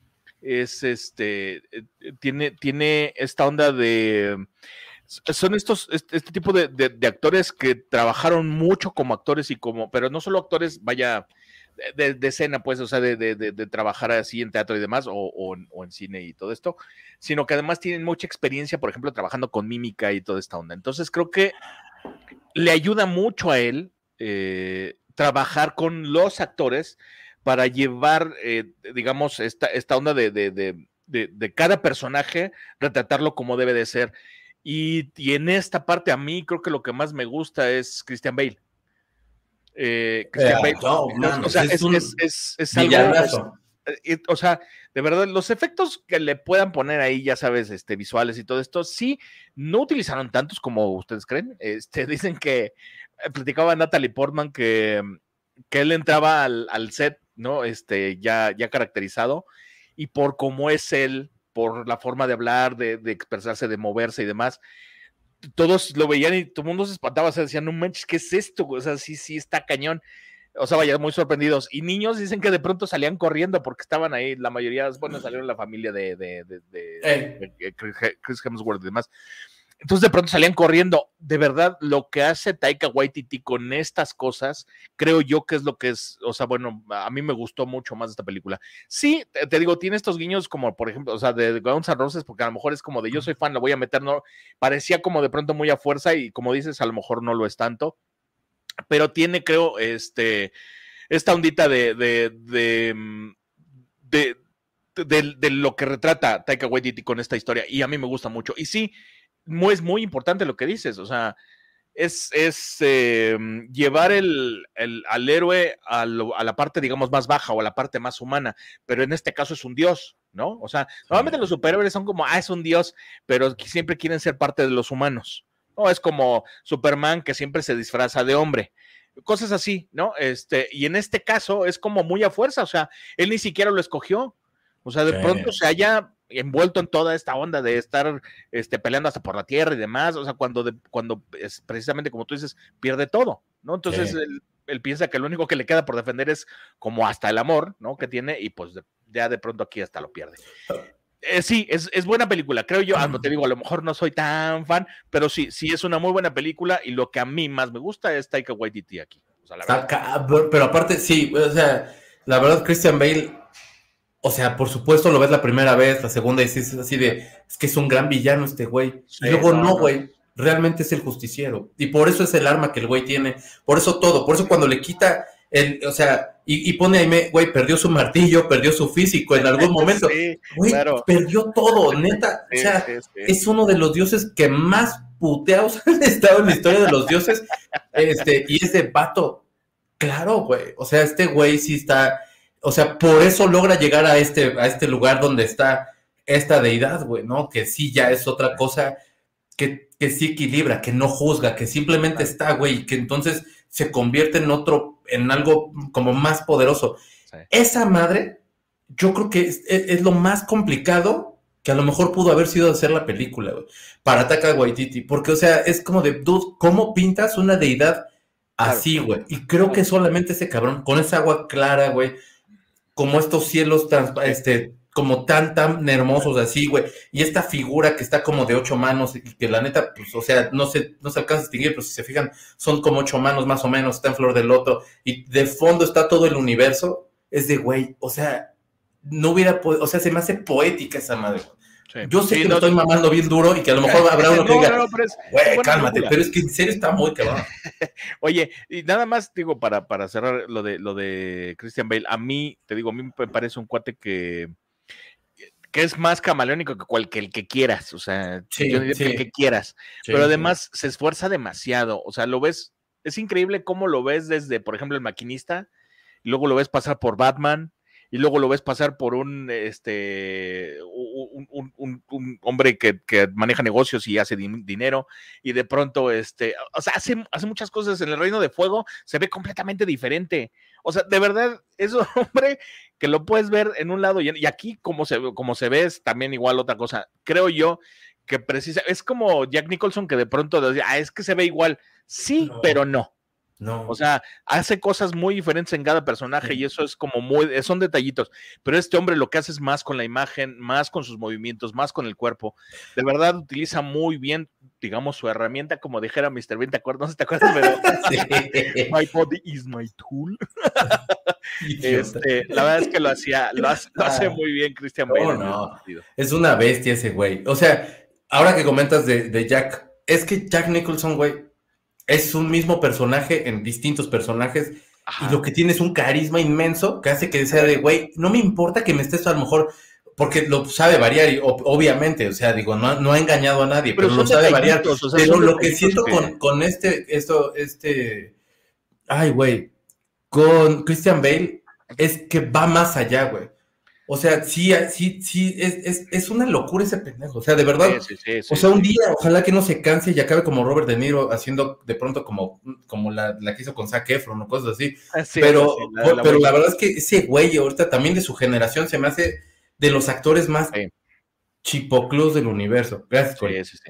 Tiene esta onda de. Son este tipo de actores que trabajaron mucho como actores pero no solo actores, vaya, de escena, pues, o sea, de trabajar así en teatro y demás, o en cine y todo esto, sino que además tienen mucha experiencia, por ejemplo, trabajando con mímica y toda esta onda. Entonces creo que le ayuda mucho a él trabajar con los actores para llevar, digamos, esta onda de cada personaje, retratarlo como debe de ser. Y en esta parte a mí creo que lo que más me gusta es Christian Bale. Christian Bale, o sea, es algo, o sea, de verdad, los efectos que le puedan poner ahí, ya sabes, visuales y todo esto, sí, no utilizaron tantos como ustedes creen. Dicen que platicaba Natalie Portman que él entraba al set, ¿no? Ya caracterizado, y por cómo es él, por la forma de hablar, de expresarse, de moverse y demás, todos lo veían y todo el mundo se espantaba, o sea, decían, no manches, ¿qué es esto? O sea, sí está cañón. O sea, vaya, muy sorprendidos. Y niños dicen que de pronto salían corriendo porque estaban ahí, la mayoría, bueno, salieron la familia de Chris Hemsworth y demás. Entonces de pronto salían corriendo. De verdad, lo que hace Taika Waititi con estas cosas, creo yo que es lo que es, o sea, bueno, a mí me gustó mucho más esta película. Sí, te digo, tiene estos guiños como, por ejemplo, o sea, de Guns N' Roses, porque a lo mejor es como de yo soy fan, lo voy a meter, no, parecía como de pronto muy a fuerza y como dices, a lo mejor no lo es tanto, pero tiene, creo, esta ondita de lo que retrata Taika Waititi con esta historia, y a mí me gusta mucho. Y sí, es muy importante lo que dices, o sea, es llevar al héroe a la parte, digamos, más baja o a la parte más humana, pero en este caso es un dios, ¿no? O sea, normalmente los superhéroes son como, es un dios, pero siempre quieren ser parte de los humanos, ¿no? Es como Superman, que siempre se disfraza de hombre, cosas así, ¿no? Y en este caso es como muy a fuerza, o sea, él ni siquiera lo escogió, o sea, de pronto se haya envuelto en toda esta onda de estar peleando hasta por la tierra y demás, o sea, cuando es precisamente como tú dices, pierde todo, ¿no? Entonces él piensa que lo único que le queda por defender es como hasta el amor, ¿no? Que tiene, y pues ya de pronto aquí hasta lo pierde. Sí, es buena película, creo yo. Te digo, a lo mejor no soy tan fan, pero sí es una muy buena película, y lo que a mí más me gusta es Taika Waititi aquí. O sea, la verdad. Pero aparte, sí, o sea, la verdad, Christian Bale, o sea, por supuesto lo ves la primera vez, la segunda, y es así de, es que es un gran villano este güey. Sí, y luego no, güey, realmente es el justiciero. Y por eso es el arma que el güey tiene, por eso todo, por eso cuando le quita o sea, y pone ahí, güey, perdió su martillo, perdió su físico en algún momento. Güey, claro. Perdió todo, neta. O sea, es uno de los dioses que más puteados han estado en la historia de los dioses, y ese vato, claro, güey, o sea, este güey sí está, o sea, por eso logra llegar a este lugar donde está esta deidad, güey, ¿no? Que sí ya es otra cosa que sí equilibra, que no juzga, que simplemente está, güey, y que entonces se convierte en algo como más poderoso. Sí. Esa madre, yo creo que es lo más complicado que a lo mejor pudo haber sido hacer la película, güey, para Taika Waititi, porque, o sea, es como de, dude, ¿cómo pintas una deidad así, güey? Y creo que solamente ese cabrón, con esa agua clara, güey, como estos cielos como tan hermosos así, güey, y esta figura que está como de 8 manos, y que la neta, pues, o sea, no se alcanza a distinguir, pero si se fijan, son como 8 manos más o menos, está en flor de loto, y de fondo está todo el universo, es de, güey, o sea, no hubiera podido, o sea, se me hace poética esa madre. Sí. Yo sé que lo estoy mamando bien duro y que a lo mejor habrá uno que diga, güey, cálmate, película. Pero es que en serio está muy cabrón. Oye, y nada más, digo, para cerrar lo de Christian Bale, a mí me parece un cuate que es más camaleónico que el que quieras, o sea, sí, yo diría que el que quieras, sí, pero además se esfuerza demasiado, o sea, lo ves, es increíble cómo lo ves desde, por ejemplo, El Maquinista, y luego lo ves pasar por Batman, y luego lo ves pasar por un hombre que maneja negocios y hace dinero, y de pronto, o sea, hace muchas cosas en El Reino de Fuego, se ve completamente diferente. O sea, de verdad, es un hombre que lo puedes ver en un lado y aquí como se ve es también igual otra cosa. Creo yo que es como Jack Nicholson que de pronto es que se ve igual. Sí, no, pero no. No. O sea, hace cosas muy diferentes en cada personaje y eso es como son detallitos, pero este hombre lo que hace es más con la imagen, más con sus movimientos, más con el cuerpo. De verdad utiliza muy bien, digamos, su herramienta, como dijera Mr. Bean, no sé si te acuerdas, pero sí. My body is my tool. La verdad es que lo hace muy bien Christian Bale. No. Es una bestia ese güey. O sea, ahora que comentas de Jack, es que Jack Nicholson, güey, es un mismo personaje en distintos personajes. Ajá. Y lo que tiene es un carisma inmenso que hace que sea de, güey, no me importa que me estés a lo mejor, porque lo sabe variar, y, obviamente, o sea, digo, no ha engañado a nadie, pero lo sabe variar. O sea, pero lo que siento con ay, güey, con Christian Bale es que va más allá, güey. O sea, sí, es una locura ese pendejo. O sea, de verdad. Sí, o sea, un día, ojalá que no se canse y acabe como Robert De Niro haciendo de pronto como la que hizo con Zac Efron o cosas así. Sí, pero la verdad es que ese güey ahorita también de su generación se me hace de los actores más chipoclos del universo. Gracias, Corey. Sí.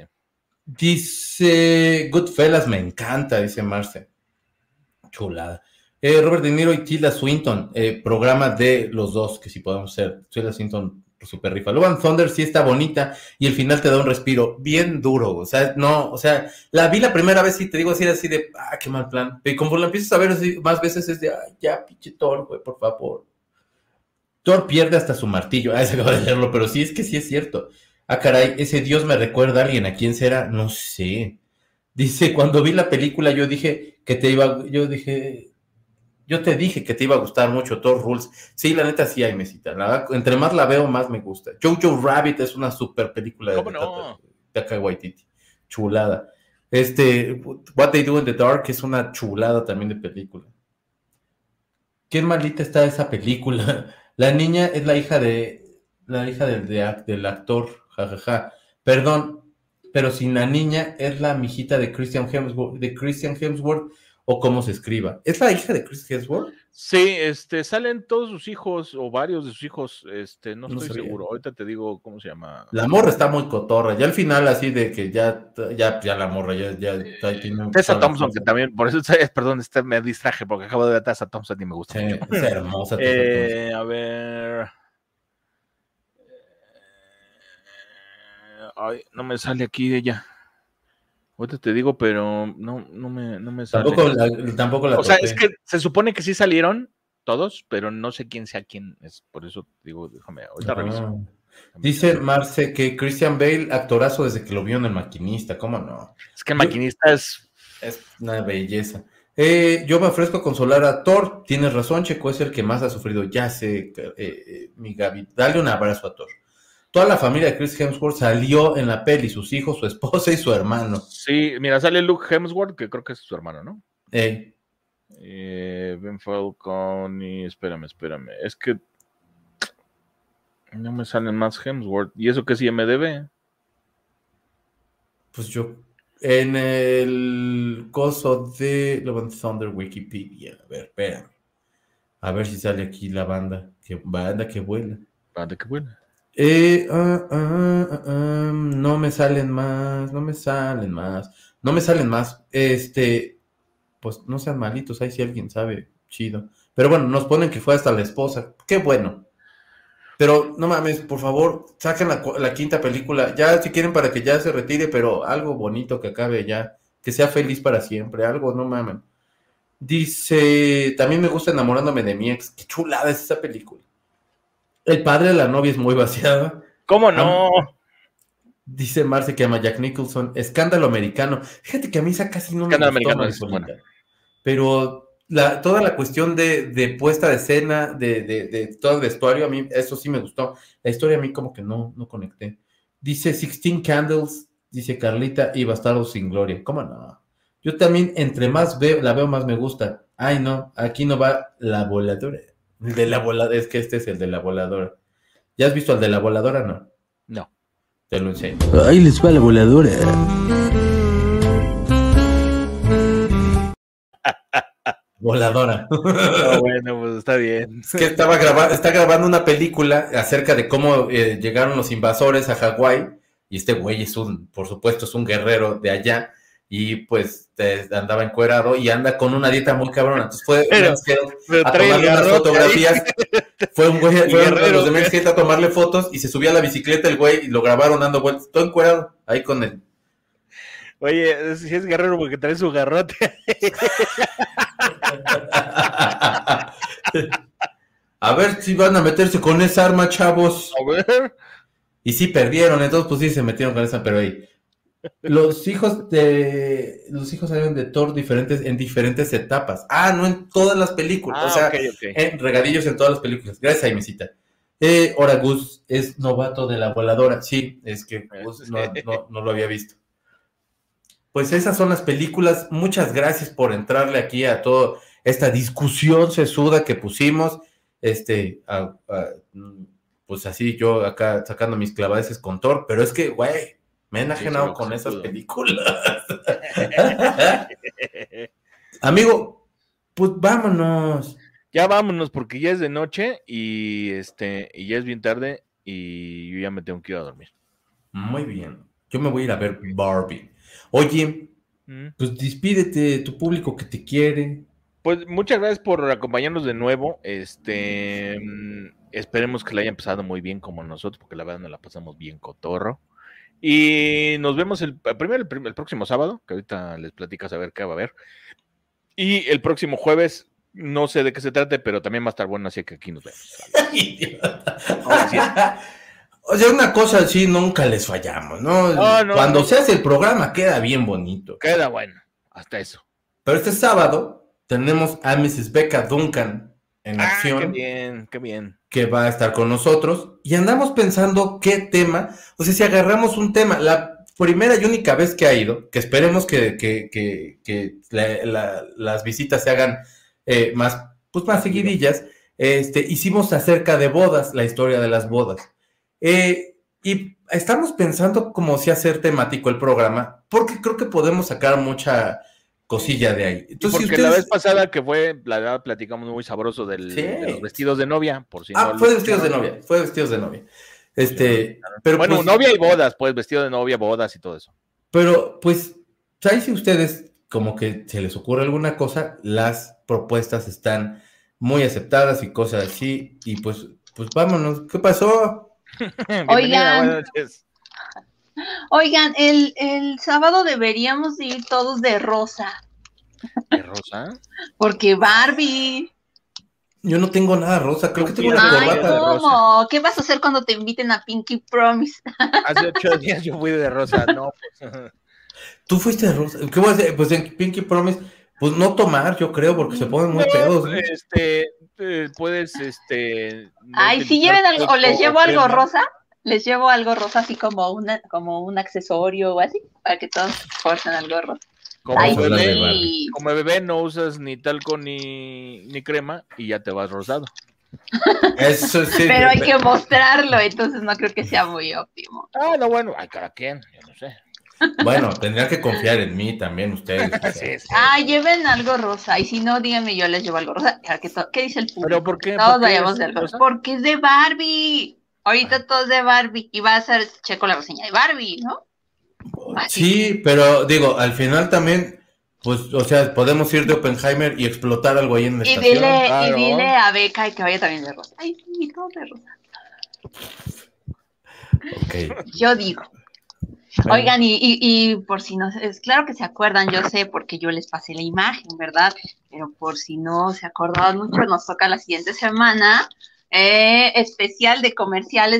Dice Goodfellas, me encanta, dice Marce. Chulada. Robert De Niro y Tilda Swinton, programa de los dos, que si podemos ser. Tilda Swinton, super rifa. Love and Thunder sí está bonita y el final te da un respiro bien duro. O sea, no, o sea, la vi la primera vez y te digo así de, qué mal plan. Y como la empiezas a ver así, más veces es de, ya, pinche Thor, güey, por favor. Thor pierde hasta su martillo. Se acaba de leerlo, pero sí, es que sí es cierto. Caray, ese Dios me recuerda a alguien. ¿A quién será? No sé. Dice, cuando vi la película yo dije que yo te dije que te iba a gustar mucho Thor Rules. Sí, la neta sí hay mesita. La verdad, entre más la veo, más me gusta. Jojo Rabbit es una super película de Taika Waititi. Chulada. What They Do in the Dark es una chulada también de película. Qué malita está esa película. La niña es la hija del actor. Jajaja. Perdón, pero si la niña es la mijita de Christian Hemsworth, o cómo se escriba. ¿Es la hija de Chris Hemsworth? Sí, salen todos sus hijos, o varios de sus hijos, no estoy seguro. Ahorita te digo cómo se llama. La morra está muy cotorra. Ya al final, así de que ya la morra ya tiene Tessa Thompson, que también, por eso, perdón, me distraje, porque acabo de ver a Tessa Thompson y me gusta mucho. Es hermosa. A ver. Ay, no me sale aquí de ella. Ahorita te digo, pero no me sale. Tampoco la O sea, es que se supone que sí salieron todos, pero no sé quién sea quién es. Por eso digo, déjame, ahorita reviso. Dice Marce que Christian Bale, actorazo desde que lo vio en El Maquinista, ¿cómo no? Es que El Maquinista es una belleza. Yo me ofrezco a consolar a Thor. Tienes razón, Checo, es el que más ha sufrido. Ya sé, mi Gaby, dale un abrazo a Thor. toda la familia de Chris Hemsworth salió en la peli, sus hijos, su esposa y su hermano. Sí, mira, sale Luke Hemsworth, que creo que es su hermano, ¿no? Ben Falcon y espérame, es que no me salen más Hemsworth, y eso que es IMDb. Pues yo en el coso de Love and Thunder Wikipedia, a ver, espérame, a ver si sale aquí la banda que vuela. Banda que vuela. No me salen más. Pues no sean malitos, ahí si alguien sabe, chido. Pero bueno, nos ponen que fue hasta la esposa, qué bueno. Pero no mames, por favor, saquen la quinta película, ya si quieren para que ya se retire, pero algo bonito que acabe ya, que sea feliz para siempre, algo, no mames. Dice, también me gusta Enamorándome de mi ex, qué chulada es esa película. El padre de la novia es muy vaciada. ¿Cómo no? Dice Marce que ama Jack Nicholson. Escándalo Americano. Fíjate que a mí esa casi no Escándalo me gustó, Americano es buena. Pero toda la cuestión de puesta de escena, de todo el vestuario, a mí eso sí me gustó. La historia a mí como que no conecté. Dice 16 Candles, dice Carlita, y Bastardos sin Gloria. ¿Cómo no? Yo también, entre más la veo, más me gusta. Ay, no, aquí no va La Voladora. El de la voladora, es que este es el de la voladora. ¿Ya has visto el de la voladora, no? No. Te lo enseño. Ahí les va la voladora. Voladora. No, bueno, pues está bien. Es que está grabando una película acerca de cómo llegaron los invasores a Hawái, y este güey por supuesto, es un guerrero de allá, y pues andaba encuerado y anda con una dieta muy cabrona. Entonces fue a tomarle unas fotografías. Fue un güey, fueron los de Men's Health a tomarle fotos y se subía a la bicicleta el güey y lo grabaron dando vueltas, todo encuerado, ahí con él. Oye, si es guerrero porque trae su garrote. A ver si van a meterse con esa arma, chavos. A ver. Y sí perdieron, entonces pues sí se metieron con esa, pero ahí. Los hijos salieron de Thor en diferentes etapas. No en todas las películas. O sea, okay. En regadillos en todas las películas. Gracias, Aimecita. Ahora Gus es novato de la voladora. Sí, es que Gus no lo había visto. Pues esas son las películas. Muchas gracias por entrarle aquí a toda esta discusión sesuda que pusimos. Pues así yo acá sacando mis clavadeces con Thor, pero es que, güey, me he enajenado con esas películas. Amigo, pues vámonos. Ya vámonos porque ya es de noche y ya es bien tarde y yo ya me tengo que ir a dormir. Muy bien. Yo me voy a ir a ver Barbie. Oye, pues despídete, tu público que te quiere. Pues muchas gracias por acompañarnos de nuevo. Esperemos que la hayan pasado muy bien como nosotros, porque la verdad nos la pasamos bien cotorro. Y nos vemos el próximo sábado, que ahorita les platicas a ver qué va a haber. Y el próximo jueves, no sé de qué se trate, pero también va a estar bueno, así que aquí nos vemos. O sea, una cosa así nunca les fallamos, ¿no? Cuando se hace el programa queda bien bonito. Queda bueno, hasta eso. Pero este sábado tenemos a Mrs. Becca Duncan en acción. Qué bien. Que va a estar con nosotros. Y andamos pensando qué tema. O sea, si agarramos un tema, la primera y única vez que ha ido, que esperemos que las visitas se hagan más seguidillas, hicimos acerca de bodas, la historia de las bodas. Y estamos pensando como si hacer temático el programa, porque creo que podemos sacar mucha cosilla de ahí. Entonces, porque la vez pasada que fue, la verdad, platicamos muy sabroso de los vestidos de novia, por si no. Fue de vestidos de novia. Pero bueno, pues, novia y bodas, pues, vestido de novia, bodas y todo eso. Pero, pues, ahí si ustedes como que se les ocurre alguna cosa, las propuestas están muy aceptadas y cosas así, y pues vámonos. ¿Qué pasó? Oigan, el sábado deberíamos ir todos de rosa. ¿De rosa? Porque Barbie. Yo no tengo nada rosa, creo que tengo una corbata de rosa. ¿Qué vas a hacer cuando te inviten a Pinky Promise? Hace 8 días yo fui de rosa, no. Pues. ¿Tú fuiste de rosa? ¿Qué voy a hacer? Pues en Pinky Promise, pues no tomar, yo creo, porque se ponen muy pedos, ¿no? Puedes, Ay, si lleven algo, o les llevo algo rosa. Les llevo algo rosa, así como un accesorio o así, para que todos porten algo rosa. Como bebé no usas ni talco ni crema y ya te vas rosado. Eso sí. Pero hay que mostrarlo, entonces no creo que sea muy óptimo. No, bueno, hay cada quien, yo no sé. Bueno, tendrían que confiar en mí también ustedes. Sí. Lleven algo rosa, y si no, díganme, yo les llevo algo rosa. ¿Qué dice el público? ¿Pero por qué? Todos vayamos de rosa. Porque es de Barbie. Ahorita todo es de Barbie, y va a ser Checo la reseña de Barbie, ¿no? Sí, pero digo, al final también, pues, o sea, podemos ir de Oppenheimer y explotar algo ahí en la estación. Y dile a Beca que vaya también de rosa. Ay, sí, todo de rosa. Okay. Yo digo. Oigan, y por si no, es claro que se acuerdan, yo sé, porque yo les pasé la imagen, ¿verdad? Pero por si no se acordaban mucho, nos toca la siguiente semana especial de comerciales.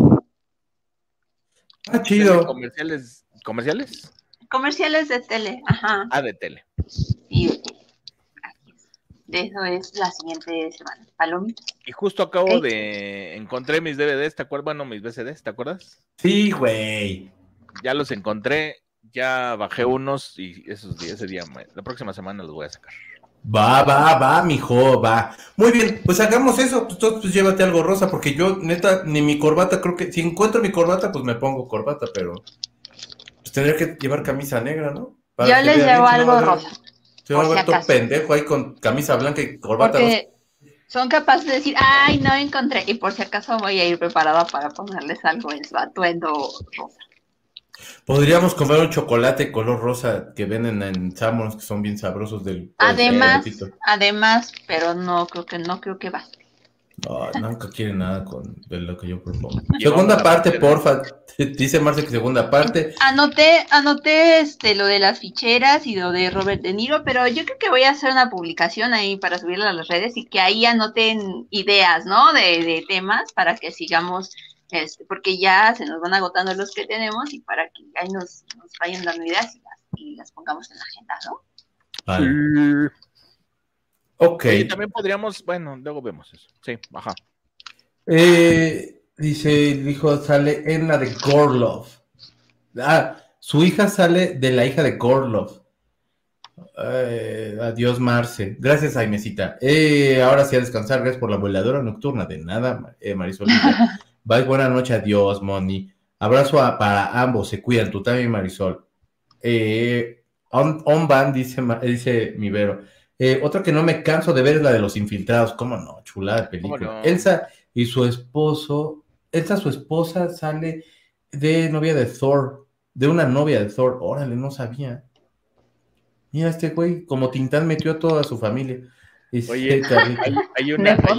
Chido. ¿Comerciales? Comerciales de tele, ajá. De tele. Sí, de tele. De eso es la siguiente semana. Palomitas. Y justo acabo encontré mis DVDs, ¿te acuerdas? Bueno, mis VCDs, ¿te acuerdas? Sí, güey. Ya los encontré, ya bajé unos y ese día, la próxima semana los voy a sacar. Va, mijo, va. Muy bien, pues hagamos eso, pues llévate algo rosa, porque yo, neta, ni mi corbata, creo que, si encuentro mi corbata, pues me pongo corbata, pero pues tendría que llevar camisa negra, ¿no? Yo les llevo algo rosa. Se va a ver todo pendejo ahí con camisa blanca y corbata rosa. Son capaces de decir, ay, no encontré, y por si acaso voy a ir preparada para ponerles algo en su atuendo rosa. Podríamos comer un chocolate color rosa que venden en Sammons, que son bien sabrosos del. Además, pero no creo que va. No, nunca quiere nada de lo que yo propongo. Segunda parte, porfa. Dice Marce que segunda parte. Anoté lo de las ficheras y lo de Robert De Niro, pero yo creo que voy a hacer una publicación ahí para subirla a las redes y que ahí anoten ideas, ¿no? De temas para que sigamos, porque ya se nos van agotando los que tenemos y para que ahí nos vayan dando ideas y las pongamos en la agenda, ¿no? Vale. Ok. Y también podríamos, bueno, luego vemos eso. Sí, ajá. Dice, el hijo sale en la de Gorlov. Su hija sale de la hija de Gorlov. Adiós, Marce. Gracias, Aimecita. Ahora sí a descansar. Gracias por la voladora nocturna. De nada, Marisol. Bye, buena noche. Adiós, Moni. Abrazo para ambos. Se cuidan. Tú también, Marisol. On Van, dice mi Vero. Otra que no me canso de ver es la de Los Infiltrados. ¿Cómo no? Chulada de película. No? Elsa y su esposa, sale de novia de Thor, de una novia de Thor. Órale, no sabía. Mira, este güey, como Tintán metió a toda su familia. Oye, hay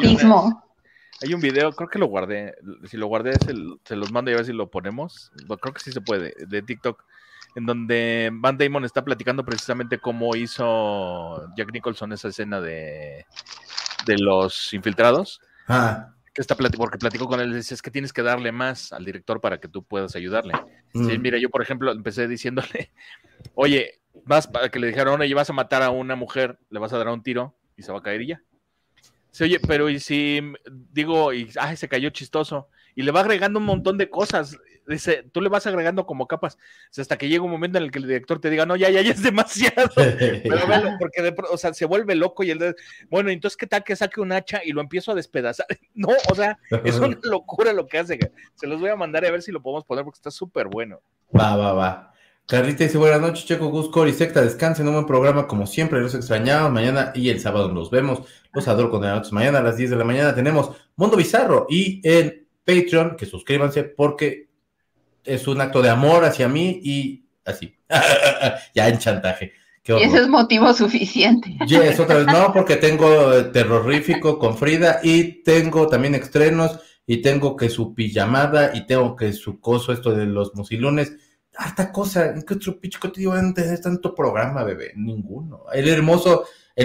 un video, creo que lo guardé. Si lo guardé, se los mando y a ver si lo ponemos. Creo que sí se puede, de TikTok. En donde Van Damon está platicando precisamente cómo hizo Jack Nicholson esa escena de Los Infiltrados. Porque platicó con él, dice, es que tienes que darle más al director para que tú puedas ayudarle. Sí, mira, yo por ejemplo empecé diciéndole, oye, para que le dijeron, oye, vas a matar a una mujer, le vas a dar un tiro y se va a caer y ya. Dice, oye, pero y si digo, se cayó chistoso, y le va agregando un montón de cosas. Dice, tú le vas agregando como capas, hasta que llega un momento en el que el director te diga, no, ya es demasiado. Pero bueno, porque se vuelve loco y bueno, entonces qué tal que saque un hacha y lo empiezo a despedazar. No, o sea, es una locura lo que hace. Se los voy a mandar a ver si lo podemos poner porque está súper bueno. Va. Carlita dice, buenas noches, Checo, Gus, Cori, Secta, descansen, un buen programa como siempre, los extrañaba, mañana y el sábado nos vemos, los adoro con el mañana a las 10 de la mañana tenemos Mundo Bizarro y en Patreon, que suscríbanse porque es un acto de amor hacia mí y así, ya en chantaje. Y eso es motivo suficiente. Yes, otra vez no, porque tengo terrorífico con Frida y tengo también estrenos y tengo que su pijamada y tengo que su coso esto de los musilunes. Harta cosa, ¿en qué otro pinche cotidiano tenés tanto programa, bebé? Ninguno. El hermano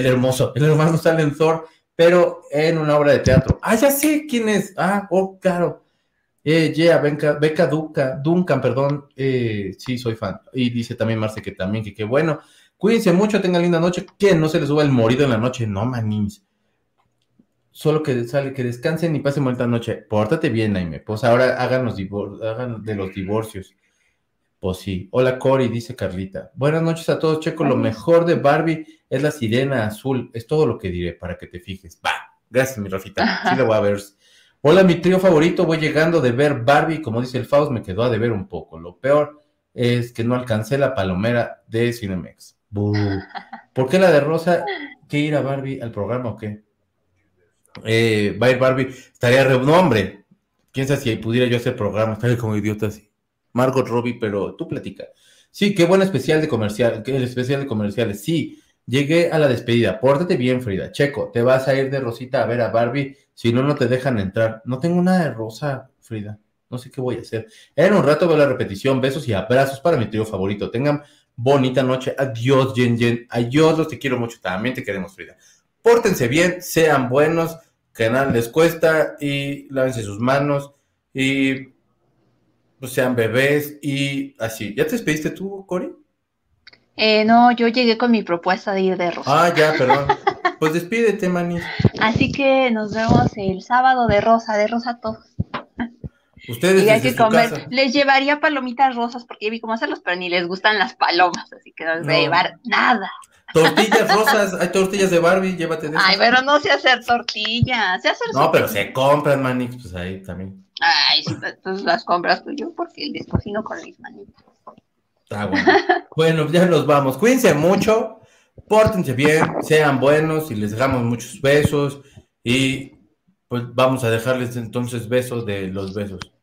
sale en Thor, pero en una obra de teatro. Ya sé quién es. Claro. Beca Duncan, perdón. Sí, soy fan. Y dice también Marce que también, que qué bueno. Cuídense mucho, tengan linda noche. Que no se les suba el morido en la noche. No, manís. solo que sale, que descansen y pasen buena noche. Pórtate bien, Naime. Pues ahora hagan de los divorcios. Pues sí. Hola, Cory, dice Carlita. Buenas noches a todos, Checo. Lo mejor de Barbie es la sirena azul. Es todo lo que diré para que te fijes. Va. Gracias, mi Rafita. Sí, lo voy a ver. Hola, mi trío favorito. Voy llegando de ver Barbie. Como dice el Faust, me quedó a deber un poco. Lo peor es que no alcancé la palomera de Cinemex. ¿Por qué la de Rosa? ¿Qué ir a Barbie al programa o qué? Va a ir Barbie. Estaría no, hombre. Quién sabe si pudiera yo hacer programa. Estaría como idiota así. Margot Robbie, pero tú platica. Sí, qué buen especial de comercial. El especial de comerciales. Sí, llegué a la despedida. Pórtate bien, Frida. Checo, te vas a ir de Rosita a ver a Barbie. Si no, no te dejan entrar. No tengo nada de rosa, Frida. No sé qué voy a hacer. En un rato veo la repetición. Besos y abrazos para mi trío favorito. Tengan bonita noche. Adiós, Jen. Adiós, los te quiero mucho. También te queremos, Frida. Pórtense bien, sean buenos, que nada les cuesta, y lávense sus manos, y pues, sean bebés, y así. ¿Ya te despediste tú, Cory? No, yo llegué con mi propuesta de ir de rosa. Ah, ya, perdón. Pues despídete, manis. Así que nos vemos el sábado de rosa todos. Ustedes hay que comer. Casa. Les llevaría palomitas rosas porque ya vi cómo hacerlos, pero ni les gustan las palomas, así que no les voy a llevar nada. Tortillas rosas, hay tortillas de Barbie, llévate de esas. Ay, pero no sé hacer tortillas, sé hacer no, pero se compran, manix, pues ahí también. Ay, sí, pues las compras tú yo porque les cocino con mis manitas. Está bueno. Bueno, ya nos vamos. Cuídense mucho, pórtense bien, sean buenos y les dejamos muchos besos y pues vamos a dejarles entonces besos de los besos.